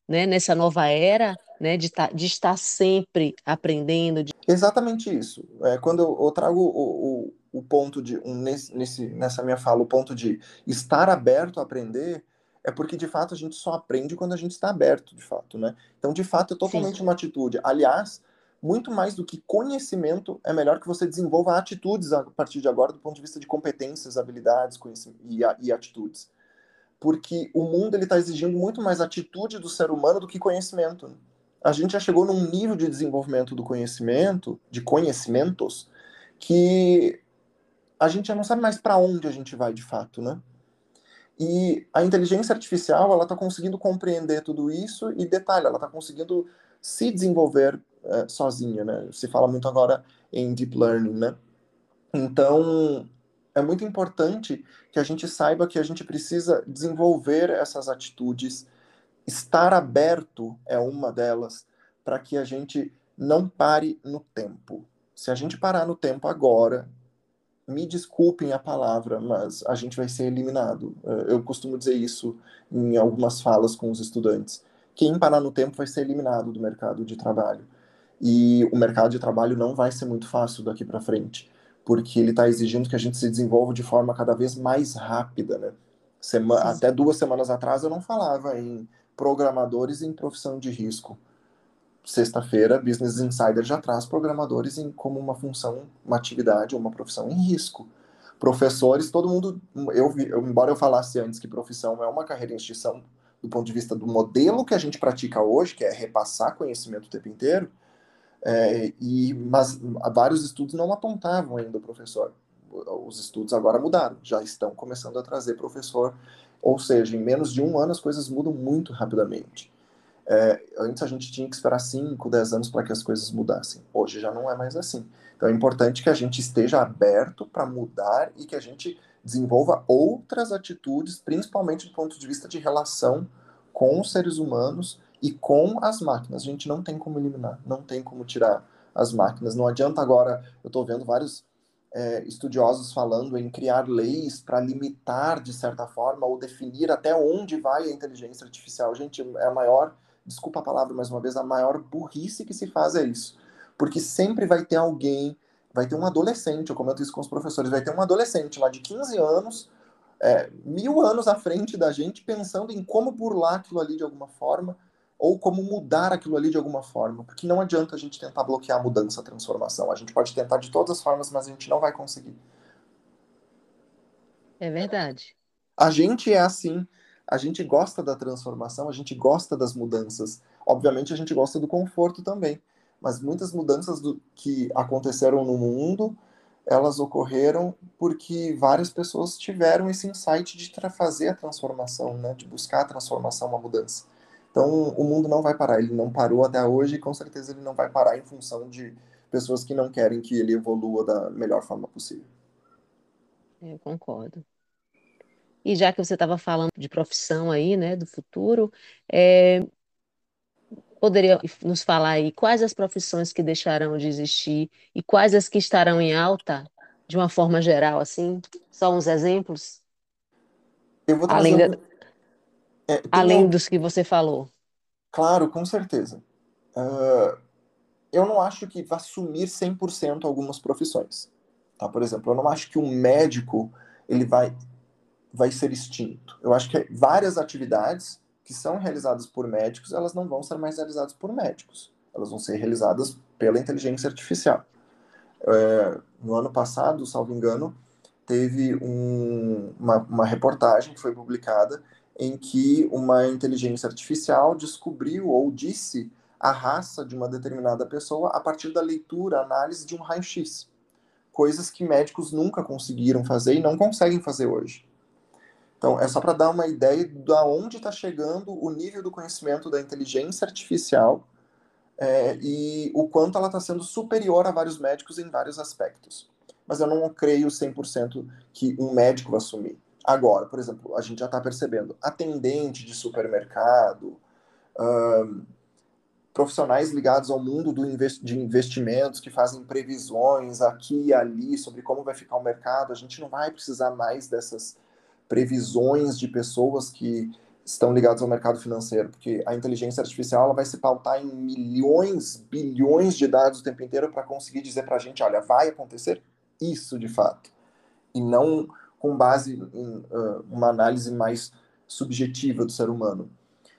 né, nessa nova era, né, de estar sempre aprendendo. Exatamente isso. Quando eu trago o ponto de, nessa minha fala, o ponto de estar aberto a aprender, é porque de fato a gente só aprende quando a gente está aberto, de fato, né? Então, de fato, é Sim, totalmente uma atitude. Aliás, muito mais do que conhecimento, é melhor que você desenvolva atitudes a partir de agora, do ponto de vista de competências, habilidades, e atitudes. Porque o mundo ele está exigindo muito mais atitude do ser humano do que conhecimento, né? A gente já chegou num nível de desenvolvimento do conhecimento, de conhecimentos, que a gente já não sabe mais para onde a gente vai de fato, né? E a inteligência artificial ela está conseguindo compreender tudo isso e detalhe, ela está conseguindo se desenvolver sozinha, né? Se fala muito agora em deep learning, né? Então, é muito importante que a gente saiba que a gente precisa desenvolver essas atitudes. Estar aberto é uma delas, para que a gente não pare no tempo. Se a gente parar no tempo agora, me desculpem a palavra, mas a gente vai ser eliminado. Eu costumo dizer isso em algumas falas com os estudantes. Quem parar no tempo vai ser eliminado do mercado de trabalho. E o mercado de trabalho não vai ser muito fácil daqui para frente, porque ele está exigindo que a gente se desenvolva de forma cada vez mais rápida, né? sim, Até 2 semanas atrás eu não falava em programadores em profissão de risco. Sexta-feira, Business Insider já traz programadores como uma função, uma atividade ou uma profissão em risco. Professores, todo mundo, embora eu falasse antes que profissão é uma carreira em extinção do ponto de vista do modelo que a gente pratica hoje, que é repassar conhecimento o tempo inteiro, mas vários estudos não apontavam ainda o professor. Os estudos agora mudaram, já estão começando a trazer professor, ou seja, em menos de um ano as coisas mudam muito rapidamente. Antes a gente tinha que esperar 5, 10 anos para que as coisas mudassem. Hoje já não é mais assim. Então é importante que a gente esteja aberto para mudar e que a gente desenvolva outras atitudes, principalmente do ponto de vista de relação com os seres humanos e com as máquinas. A gente não tem como eliminar, não tem como tirar as máquinas. Não adianta agora, eu estou vendo vários estudiosos falando em criar leis para limitar, de certa forma, ou definir até onde vai a inteligência artificial. Gente, é a maior, desculpa a palavra mais uma vez, a maior burrice que se faz é isso. Porque sempre vai ter alguém, vai ter um adolescente, eu comento isso com os professores, vai ter um adolescente lá de 15 anos, 1000 anos à frente da gente, pensando em como burlar aquilo ali de alguma forma, ou como mudar aquilo ali de alguma forma. Porque não adianta a gente tentar bloquear a mudança, a transformação. A gente pode tentar de todas as formas, mas a gente não vai conseguir. é verdade. A gente é assim, a gente gosta da transformação, a gente gosta das mudanças. Obviamente a gente gosta do conforto também, mas muitas mudanças que aconteceram no mundo, elas ocorreram porque várias pessoas tiveram esse insight de fazer a transformação, né? De buscar a transformação, a mudança. Então o mundo não vai parar, ele não parou até hoje e com certeza ele não vai parar em função de pessoas que não querem que ele evolua da melhor forma possível. Eu concordo. E já que você estava falando de profissão aí, né, do futuro, é, poderia nos falar aí quais as profissões que deixarão de existir e quais as que estarão em alta, de uma forma geral, assim? Só uns exemplos, Eu vou trazer além, um. Tem além dos que você falou. claro, com certeza. Eu não acho que vá sumir 100% algumas profissões. Tá? Por exemplo, eu não acho que um médico ele vai ser extinto. Eu acho que várias atividades que são realizadas por médicos, elas não vão ser mais realizadas por médicos. Elas vão ser realizadas pela inteligência artificial. No ano passado, salvo engano, teve uma reportagem que foi publicada em que uma inteligência artificial descobriu ou disse a raça de uma determinada pessoa a partir da leitura, análise de um raio-x. Coisas que médicos nunca conseguiram fazer e não conseguem fazer hoje. Então, é só para dar uma ideia de onde está chegando o nível do conhecimento da inteligência artificial e o quanto ela está sendo superior a vários médicos em vários aspectos. Mas eu não creio 100% que um médico vai assumir. Agora, por exemplo, a gente já está percebendo atendente de supermercado, profissionais ligados ao mundo de investimentos que fazem previsões aqui e ali sobre como vai ficar o mercado. A gente não vai precisar mais dessas previsões de pessoas que estão ligados ao mercado financeiro, porque a inteligência artificial ela vai se pautar em milhões, bilhões de dados o tempo inteiro para conseguir dizer para a gente, olha, vai acontecer isso de fato, e não com base em uma análise mais subjetiva do ser humano.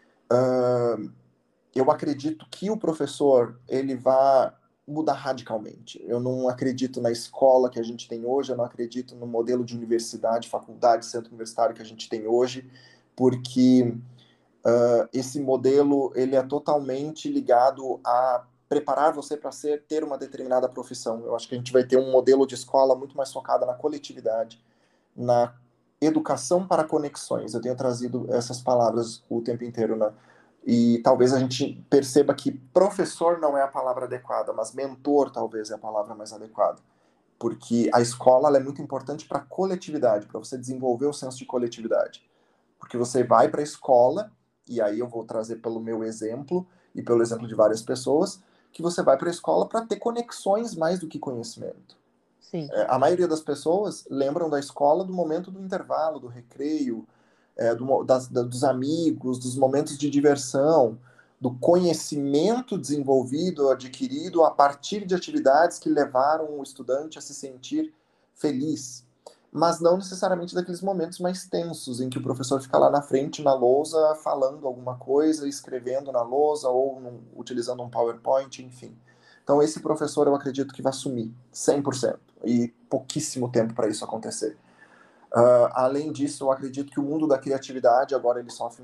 Eu acredito que o professor ele vai mudar radicalmente. Eu não acredito na escola que a gente tem hoje, eu não acredito no modelo de universidade, faculdade, centro universitário que a gente tem hoje, porque esse modelo ele é totalmente ligado a preparar você para ter uma determinada profissão. Eu acho que a gente vai ter um modelo de escola muito mais focado na coletividade, na educação para conexões. Eu tenho trazido essas palavras o tempo inteiro, né? E talvez a gente perceba que professor não é a palavra adequada, mas mentor talvez é a palavra mais adequada. Porque a escola ela é muito importante para a coletividade, para você desenvolver o senso de coletividade. Porque você vai para a escola, e aí eu vou trazer pelo meu exemplo e pelo exemplo de várias pessoas, que você vai para a escola para ter conexões mais do que conhecimento. Sim. A maioria das pessoas lembram da escola do momento do intervalo, do recreio, dos amigos, dos momentos de diversão, do conhecimento desenvolvido, adquirido a partir de atividades que levaram o estudante a se sentir feliz. Mas não necessariamente daqueles momentos mais tensos, em que o professor fica lá na frente, na lousa, falando alguma coisa, escrevendo na lousa ou utilizando um PowerPoint, enfim. Então, esse professor eu acredito que vai sumir, 100%, e pouquíssimo tempo para isso acontecer. Além disso, eu acredito que o mundo da criatividade agora ele sofre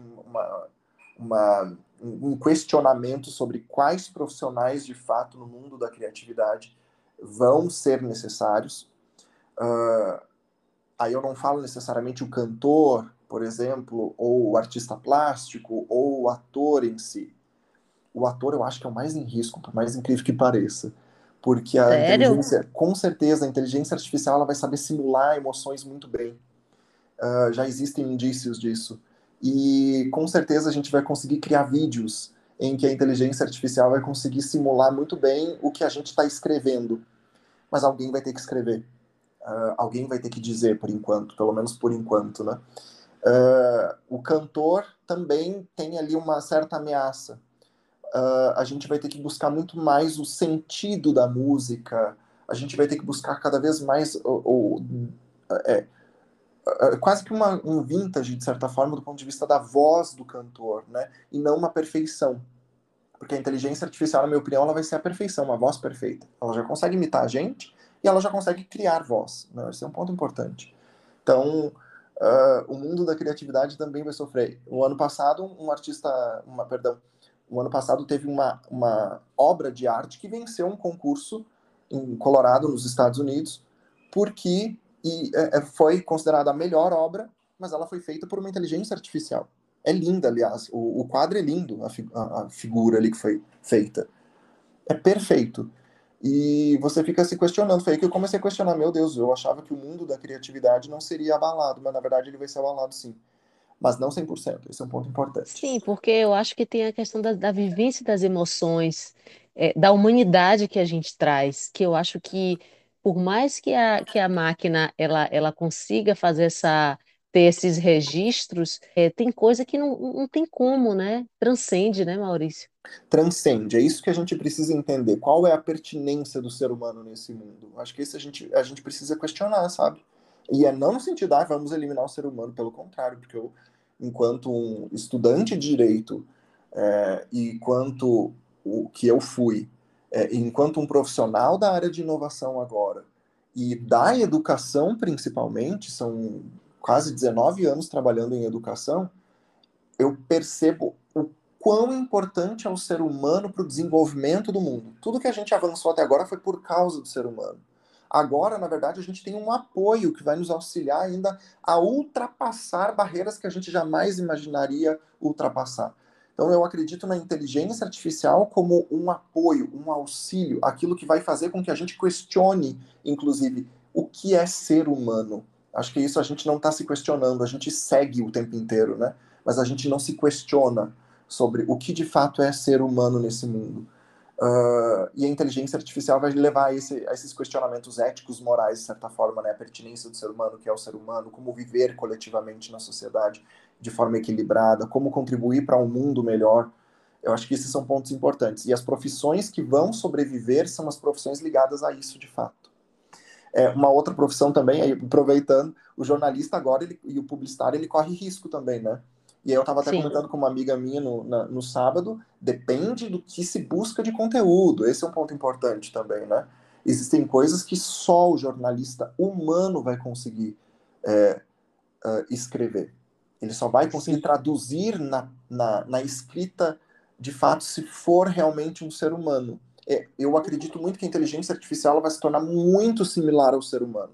um questionamento sobre quais profissionais de fato no mundo da criatividade vão ser necessários. Aí eu não falo necessariamente o cantor, por exemplo, ou o artista plástico, ou o ator em si. O ator eu acho que é o mais em risco, por mais incrível que pareça. Porque a Sério? inteligência, com certeza, a inteligência artificial ela vai saber simular emoções muito bem. Já existem indícios disso. E com certeza a gente vai conseguir criar vídeos em que a inteligência artificial vai conseguir simular muito bem o que a gente está escrevendo. Mas alguém vai ter que escrever. Alguém vai ter que dizer, por enquanto, pelo menos por enquanto, né? O cantor também tem ali uma certa ameaça. A gente vai ter que buscar muito mais o sentido da música, a gente vai ter que buscar cada vez mais quase que um vintage, de certa forma, do ponto de vista da voz do cantor, né? E não uma perfeição. Porque a inteligência artificial, na minha opinião, ela vai ser a perfeição, uma voz perfeita. Ela já consegue imitar a gente e ela já consegue criar voz, né? Esse é um ponto importante. Então, o mundo da criatividade também vai sofrer. O ano passado, o ano passado teve uma obra de arte que venceu um concurso em Colorado, nos Estados Unidos, porque foi considerada a melhor obra, mas ela foi feita por uma inteligência artificial. É linda, aliás. O quadro é lindo, a figura ali que foi feita. É perfeito. E você fica se questionando. Foi aí que eu comecei a questionar: meu Deus, eu achava que o mundo da criatividade não seria abalado, mas na verdade ele vai ser abalado sim. Mas não 100%. Esse é um ponto importante. Sim, porque eu acho que tem a questão da vivência das emoções, da humanidade que a gente traz, que eu acho que, por mais que a máquina ela consiga fazer ter esses registros, tem coisa que não tem como, né? Transcende, né, Maurício? Transcende. É isso que a gente precisa entender. Qual é a pertinência do ser humano nesse mundo? Acho que isso a gente precisa questionar, sabe? E é não no sentido, vamos eliminar o ser humano, pelo contrário, porque eu, enquanto um estudante de direito, e quanto o que eu fui, enquanto um profissional da área de inovação agora, e da educação principalmente, são quase 19 anos trabalhando em educação, eu percebo o quão importante é o ser humano para o desenvolvimento do mundo. Tudo que a gente avançou até agora foi por causa do ser humano. Agora, na verdade, a gente tem um apoio que vai nos auxiliar ainda a ultrapassar barreiras que a gente jamais imaginaria ultrapassar. Então, eu acredito na inteligência artificial como um apoio, um auxílio, aquilo que vai fazer com que a gente questione, inclusive, o que é ser humano. Acho que isso a gente não está se questionando, a gente segue o tempo inteiro, né? Mas a gente não se questiona sobre o que de fato é ser humano nesse mundo. E a inteligência artificial vai levar a esses questionamentos éticos, morais, de certa forma, né? A pertinência do ser humano, o que é o ser humano, como viver coletivamente na sociedade. de forma equilibrada, como contribuir para um mundo melhor. Eu acho que esses são pontos importantes. E as profissões que vão sobreviver são as profissões ligadas a isso, de fato. Uma outra profissão também, aí, aproveitando, o jornalista agora e o publicitário, ele corre risco também, né? E aí eu estava até Sim, comentando com uma amiga minha no sábado, depende do que se busca de conteúdo. Esse é um ponto importante também, né? Existem coisas que só o jornalista humano vai conseguir é, escrever. Ele só vai conseguir sim. traduzir na escrita, de fato, se for realmente um ser humano. Eu acredito muito que a inteligência artificial ela vai se tornar muito similar ao ser humano,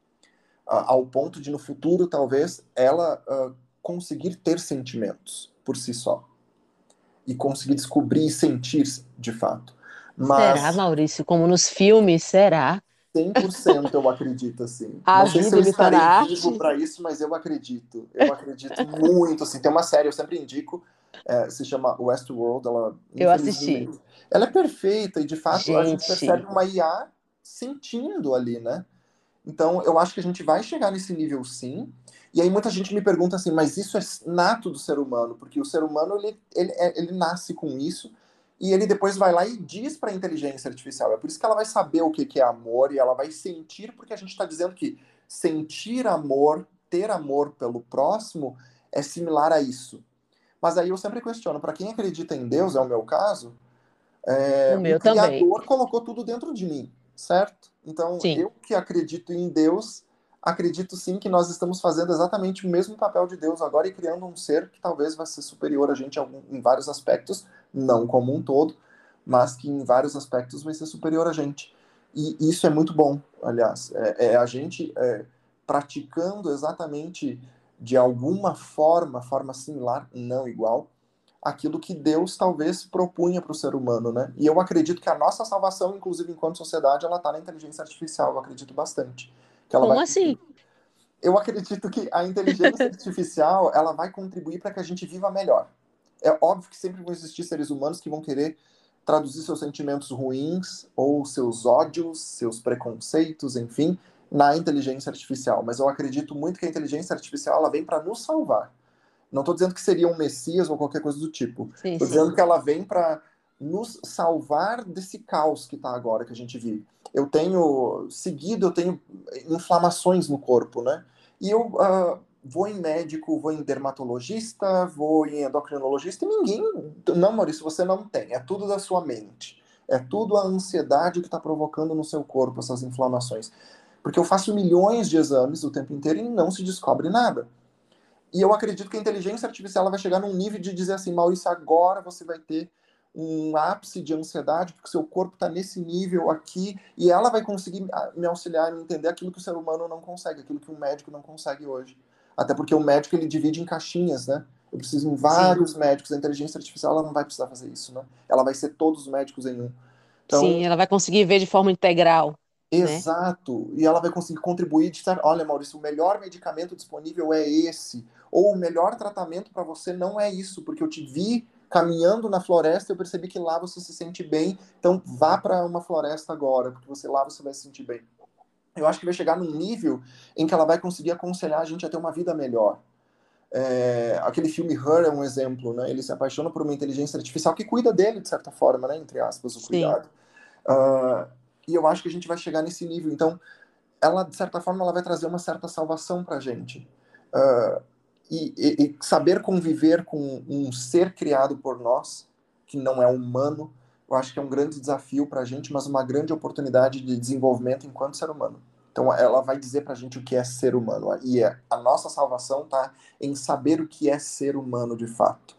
ao ponto de, no futuro, talvez, ela conseguir ter sentimentos por si só e conseguir descobrir e sentir de fato. Será, Mas Maurício? Como nos filmes, será? 100% eu acredito, assim. A Não sei se eu vida imitando a estarei vivo arte? para isso, mas eu acredito. Eu acredito muito, assim. Tem uma série, eu sempre indico, se chama Westworld, ela, Eu assisti. infelizmente, ela é perfeita e, de fato, a gente percebe Gente, uma IA sentindo ali, né? Então, eu acho que a gente vai chegar nesse nível, sim. E aí muita gente me pergunta assim, mas isso é nato do ser humano? Porque o ser humano, ele nasce com isso e ele depois vai lá e diz para a inteligência artificial. É por isso que ela vai saber o que é amor e ela vai sentir, porque a gente está dizendo que sentir amor, ter amor pelo próximo, é similar a isso. Mas aí eu sempre questiono, para quem acredita em Deus, é o meu caso, o o meu também. Criador colocou tudo dentro de mim, certo? Então, Sim. eu que acredito em Deus, acredito sim que nós estamos fazendo exatamente o mesmo papel de Deus agora e criando um ser que talvez vai ser superior a gente em vários aspectos, não como um todo, mas que em vários aspectos vai ser superior a gente. E isso é muito bom, aliás. É a gente praticando exatamente de alguma forma similar, não igual, aquilo que Deus talvez propunha para o ser humano, né? E eu acredito que a nossa salvação, inclusive enquanto sociedade, ela está na inteligência artificial. Eu acredito bastante que ela vai. Como assim? Eu acredito que a inteligência artificial ela vai contribuir para que a gente viva melhor. É óbvio que sempre vão existir seres humanos que vão querer traduzir seus sentimentos ruins ou seus ódios, seus preconceitos, enfim, na inteligência artificial. Mas eu acredito muito que a inteligência artificial ela vem para nos salvar. Não estou dizendo que seria um Messias ou qualquer coisa do tipo. Sim, Estou sim. dizendo que ela vem para nos salvar desse caos que está agora, que a gente vive. Eu tenho inflamações no corpo, né? E eu vou em médico, vou em dermatologista, vou em endocrinologista, e ninguém. Não, Maurício, você não tem. É tudo da sua mente. É tudo a ansiedade que está provocando no seu corpo essas inflamações. Porque eu faço milhões de exames o tempo inteiro e não se descobre nada. E eu acredito que a inteligência artificial ela vai chegar num nível de dizer assim, Maurício, agora você vai ter um ápice de ansiedade, porque seu corpo está nesse nível aqui, e ela vai conseguir me auxiliar a entender aquilo que o ser humano não consegue, aquilo que um médico não consegue hoje. Até porque o médico ele divide em caixinhas, né? Eu preciso em Sim. vários médicos. A inteligência artificial ela não vai precisar fazer isso, né? Ela vai ser todos os médicos em um. Sim, Então, ela vai conseguir ver de forma integral, né? exato. E ela vai conseguir contribuir de estar, olha, Maurício, o melhor medicamento disponível é esse. Ou o melhor tratamento para você não é isso, porque eu te vi caminhando na floresta e eu percebi que lá você se sente bem. Então vá para uma floresta agora, porque lá você vai se sentir bem. Eu acho que vai chegar num nível em que ela vai conseguir aconselhar a gente a ter uma vida melhor. Aquele filme Her é um exemplo, né? Ele se apaixona por uma inteligência artificial que cuida dele, de certa forma, né? Entre aspas, o Sim. cuidado. Uh, e eu acho que a gente vai chegar nesse nível. Então, ela, de certa forma, ela vai trazer uma certa salvação para a gente. Uh, e saber conviver com um ser criado por nós, que não é humano, eu acho que é um grande desafio para a gente, mas uma grande oportunidade de desenvolvimento enquanto ser humano. Então, ela vai dizer para a gente o que é ser humano. E a nossa salvação está em saber o que é ser humano de fato.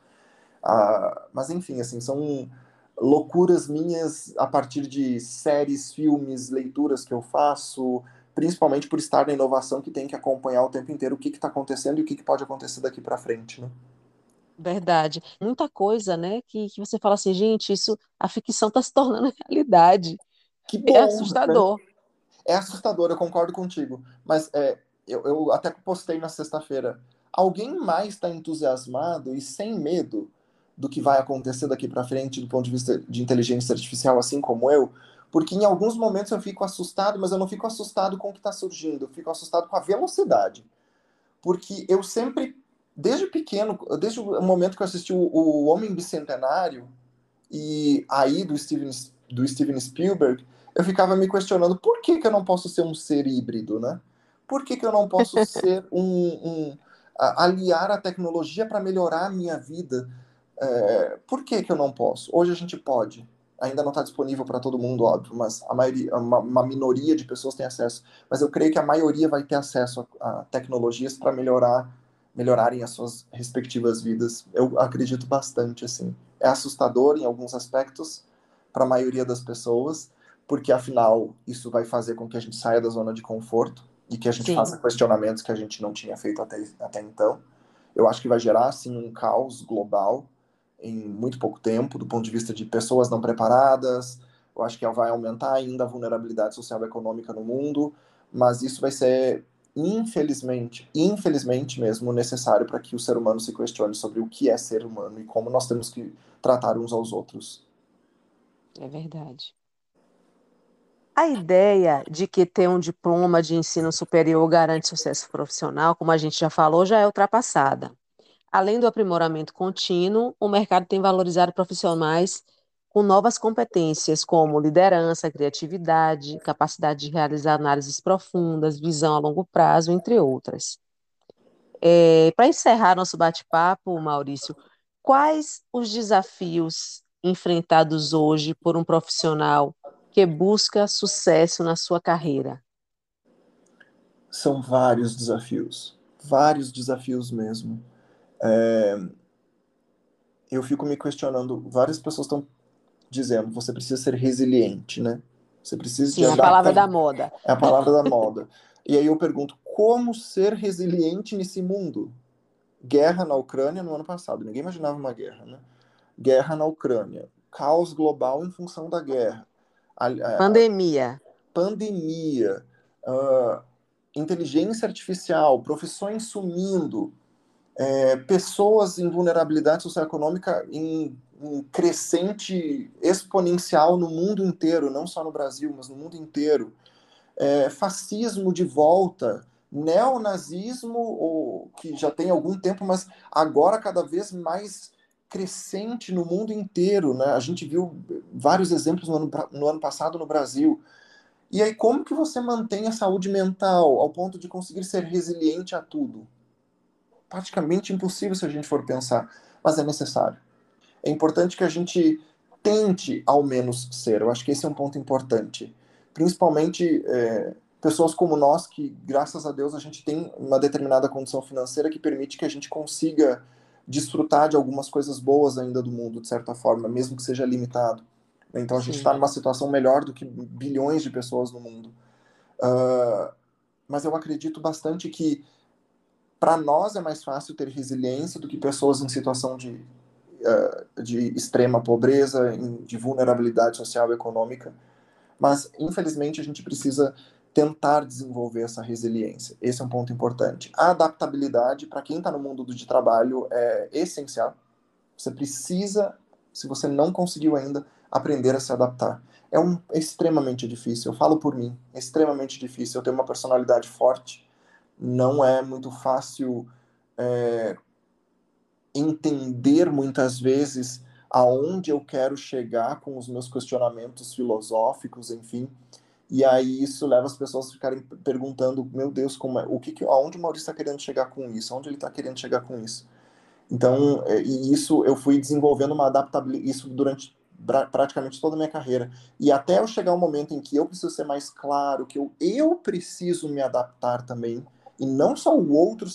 Mas, enfim, assim, são loucuras minhas a partir de séries, filmes, leituras que eu faço, principalmente por estar na inovação que tem que acompanhar o tempo inteiro o que está acontecendo e o que pode acontecer daqui para frente, né? Verdade. Muita coisa, né? Que você fala assim, gente, isso, a ficção está se tornando realidade. Que É bom, né? assustador. É assustador, eu concordo contigo. Mas eu até postei na sexta-feira. Alguém mais está entusiasmado e sem medo do que vai acontecer daqui para frente do ponto de vista de inteligência artificial, assim como eu? Porque em alguns momentos eu fico assustado, mas eu não fico assustado com o que está surgindo, eu fico assustado com a velocidade. Porque eu sempre desde pequeno, desde o momento que eu assisti o Homem Bicentenário, e aí do Steven Spielberg, eu ficava me questionando por que, que eu não posso ser um ser híbrido, né? Por que, que eu não posso ser aliar a tecnologia para melhorar a minha vida? Por que, que eu não posso? Hoje a gente pode. Ainda não está disponível para todo mundo, óbvio, mas a maioria, uma minoria de pessoas tem acesso. Mas eu creio que a maioria vai ter acesso a tecnologias para melhorarem as suas respectivas vidas. Eu acredito bastante, assim. É assustador em alguns aspectos para a maioria das pessoas, porque afinal isso vai fazer com que a gente saia da zona de conforto e que a gente Sim, faça questionamentos que a gente não tinha feito até então. Eu acho que vai gerar, assim, um caos global em muito pouco tempo, do ponto de vista de pessoas não preparadas. Eu acho que vai aumentar ainda a vulnerabilidade social e econômica no mundo, mas isso vai ser, infelizmente mesmo, necessário para que o ser humano se questione sobre o que é ser humano e como nós temos que tratar uns aos outros. é verdade. A ideia de que ter um diploma de ensino superior garante sucesso profissional, como a gente já falou, já é ultrapassada. Além do aprimoramento contínuo, o mercado tem valorizado profissionais com novas competências, como liderança, criatividade, capacidade de realizar análises profundas, visão a longo prazo, entre outras. Para encerrar nosso bate-papo, Maurício, quais os desafios enfrentados hoje por um profissional que busca sucesso na sua carreira? São vários desafios mesmo. Eu fico me questionando, várias pessoas estão dizendo, você precisa ser resiliente, né? Você precisa de Sim, a palavra da adaptar. moda. É a palavra da moda. E aí eu pergunto, como ser resiliente nesse mundo? Guerra na Ucrânia no ano passado, ninguém imaginava uma guerra, né? Guerra na Ucrânia, caos global em função da guerra, a Pandemia. pandemia, a inteligência artificial, profissões sumindo, pessoas em vulnerabilidade socioeconômica em crescente exponencial no mundo inteiro, não só no Brasil, mas no mundo inteiro. Fascismo de volta, neonazismo, que já tem algum tempo, mas agora cada vez mais crescente no mundo inteiro. Né? A gente viu vários exemplos no ano passado no Brasil. E aí, como que você mantém a saúde mental ao ponto de conseguir ser resiliente a tudo? Praticamente impossível se a gente for pensar, mas é necessário. É importante que a gente tente, ao menos, ser. Eu acho que esse é um ponto importante. Principalmente pessoas como nós, que, graças a Deus, a gente tem uma determinada condição financeira que permite que a gente consiga desfrutar de algumas coisas boas ainda do mundo, de certa forma, mesmo que seja limitado. Então a gente está Sim, numa situação melhor do que bilhões de pessoas no mundo. Uh, mas eu acredito bastante que para nós é mais fácil ter resiliência do que pessoas em situação de extrema pobreza, de vulnerabilidade social e econômica, mas infelizmente a gente precisa tentar desenvolver essa resiliência. Esse é um ponto importante. A adaptabilidade, para quem está no mundo de trabalho, é essencial. Você precisa, se você não conseguiu ainda, aprender a se adaptar. É extremamente difícil. Eu falo por mim, é extremamente difícil. Eu tenho uma personalidade forte, não é muito fácil é, entender muitas vezes aonde eu quero chegar com os meus questionamentos filosóficos, enfim. E aí isso leva as pessoas a ficarem perguntando, meu Deus, aonde o Maurício está querendo chegar com isso? Aonde ele está querendo chegar com isso? Então, e isso eu fui desenvolvendo uma adaptabilidade, isso durante praticamente toda a minha carreira. E até eu chegar um momento em que eu preciso ser mais claro, que eu preciso me adaptar também, e não só o outro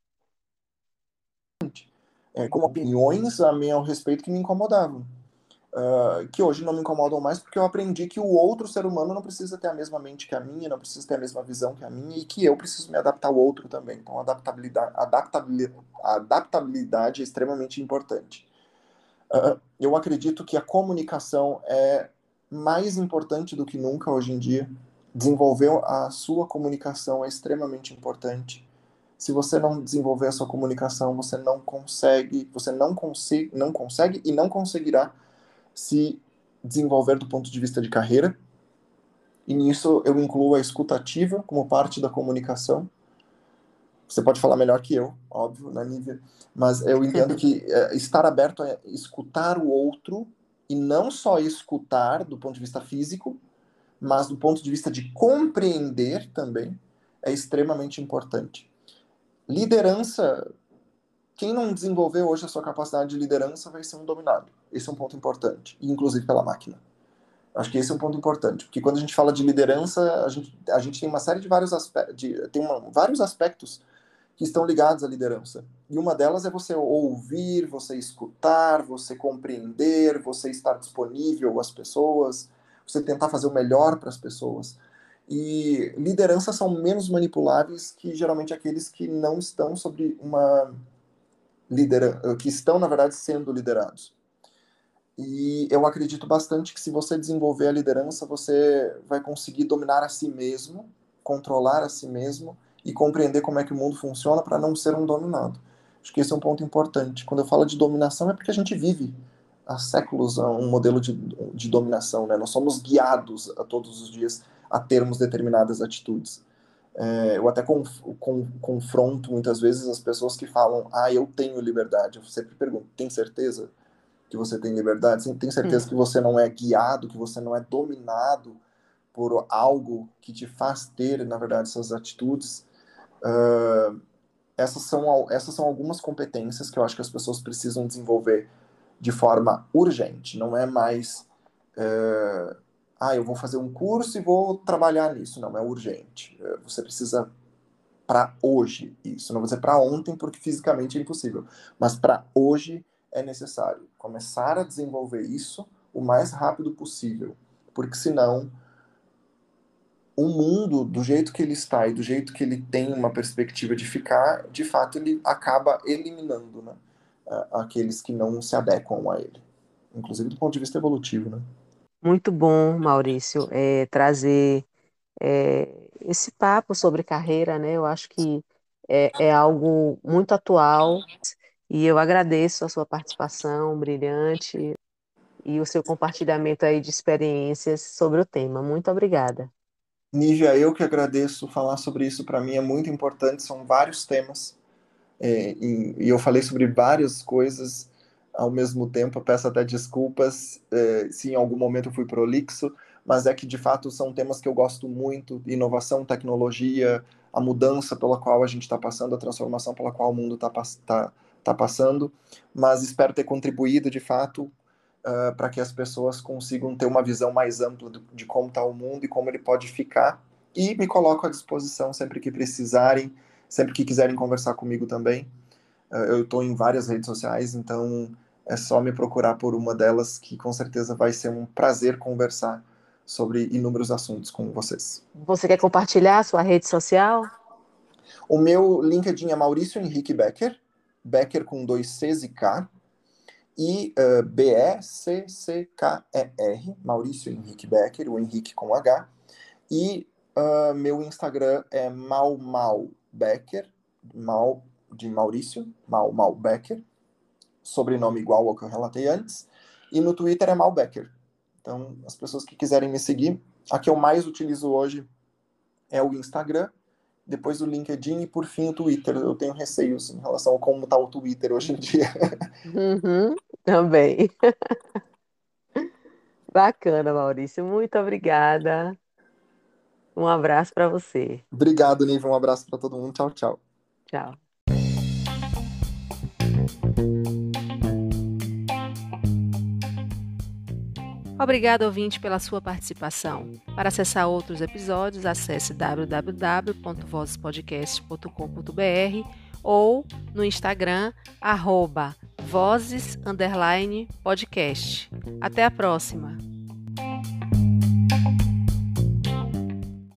com opiniões a mim ao respeito que me incomodavam. Que hoje não me incomodam mais porque eu aprendi que o outro ser humano não precisa ter a mesma mente que a minha, não precisa ter a mesma visão que a minha e que eu preciso me adaptar ao outro também. Então, adaptabilidade é extremamente importante. Eu acredito que a comunicação é mais importante do que nunca hoje em dia. Desenvolver a sua comunicação é extremamente importante. Se você não desenvolver a sua comunicação, você não consegue e não conseguirá se desenvolver do ponto de vista de carreira. E nisso eu incluo a escutativa como parte da comunicação. Você pode falar melhor que eu, óbvio, né, Nívia? Mas eu entendo que estar aberto a escutar o outro, e não só escutar do ponto de vista físico, mas do ponto de vista de compreender também, é extremamente importante. Liderança, quem não desenvolver hoje a sua capacidade de liderança vai ser um dominado. Esse é um ponto importante, inclusive pela máquina. Acho que esse é um ponto importante, porque quando a gente fala de liderança, a gente tem uma série de vários vários aspectos que estão ligados à liderança. E uma delas é você ouvir, você escutar, você compreender, você estar disponível às pessoas, você tentar fazer o melhor para as pessoas. E lideranças são menos manipuláveis que geralmente aqueles que não estão sobre uma liderança, que estão, na verdade, sendo liderados. E eu acredito bastante que se você desenvolver a liderança, você vai conseguir dominar a si mesmo, controlar a si mesmo e compreender como é que o mundo funciona para não ser um dominado. Acho que esse é um ponto importante. Quando eu falo de dominação é porque a gente vive há séculos um modelo de dominação, né? Nós somos guiados a todos os dias a termos determinadas atitudes. Eu até confronto muitas vezes as pessoas que falam, eu tenho liberdade. Eu sempre pergunto, tem certeza que você tem liberdade? Você tem certeza que você não é guiado, que você não é dominado por algo que te faz ter, na verdade, essas atitudes? Essas são algumas competências que eu acho que as pessoas precisam desenvolver de forma urgente. Não é mais, eu vou fazer um curso e vou trabalhar nisso. Não, é urgente. Você precisa para hoje isso. Não vou dizer para ontem, porque fisicamente é impossível. Mas para hoje é necessário começar a desenvolver isso o mais rápido possível. Porque senão o mundo, do jeito que ele está e do jeito que ele tem uma perspectiva de ficar, de fato ele acaba eliminando, né, aqueles que não se adequam a ele. Inclusive do ponto de vista evolutivo, né? Muito bom, Maurício, trazer esse papo sobre carreira, né? Eu acho que é algo muito atual e eu agradeço a sua participação brilhante e o seu compartilhamento aí de experiências sobre o tema. Muito obrigada. Nígia, eu que agradeço. Falar sobre isso para mim é muito importante. São vários temas e eu falei sobre várias coisas ao mesmo tempo. Eu peço até desculpas se em algum momento eu fui prolixo, mas é que de fato são temas que eu gosto muito: inovação, tecnologia, a mudança pela qual a gente está passando, a transformação pela qual o mundo tá passando. Mas espero ter contribuído de fato para que as pessoas consigam ter uma visão mais ampla de como está o mundo e como ele pode ficar. E me coloco à disposição sempre que precisarem, sempre que quiserem conversar comigo também. Eu estou em várias redes sociais, então é só me procurar por uma delas, que com certeza vai ser um prazer conversar sobre inúmeros assuntos com vocês. Você quer compartilhar a sua rede social? O meu LinkedIn é Maurício Henrique Becker, Becker com 2 Cs e K, e Becker, Maurício Henrique Becker, o Henrique com H. E meu Instagram é Becker, Mal de Maurício, Mal Becker, sobrenome igual ao que eu relatei antes. E no Twitter é Becker. Então, as pessoas que quiserem me seguir, a que eu mais utilizo hoje é o Instagram, depois o LinkedIn e, por fim, o Twitter. Eu tenho receios em relação a como está o Twitter hoje em dia. Uhum, também. Bacana, Maurício. Muito obrigada. Um abraço para você. Obrigado, Nível. Um abraço para todo mundo. Tchau, tchau. Tchau. Obrigado, ouvinte, pela sua participação. Para acessar outros episódios, acesse www.vozespodcast.com.br ou no Instagram, @vozes_podcast. Até a próxima!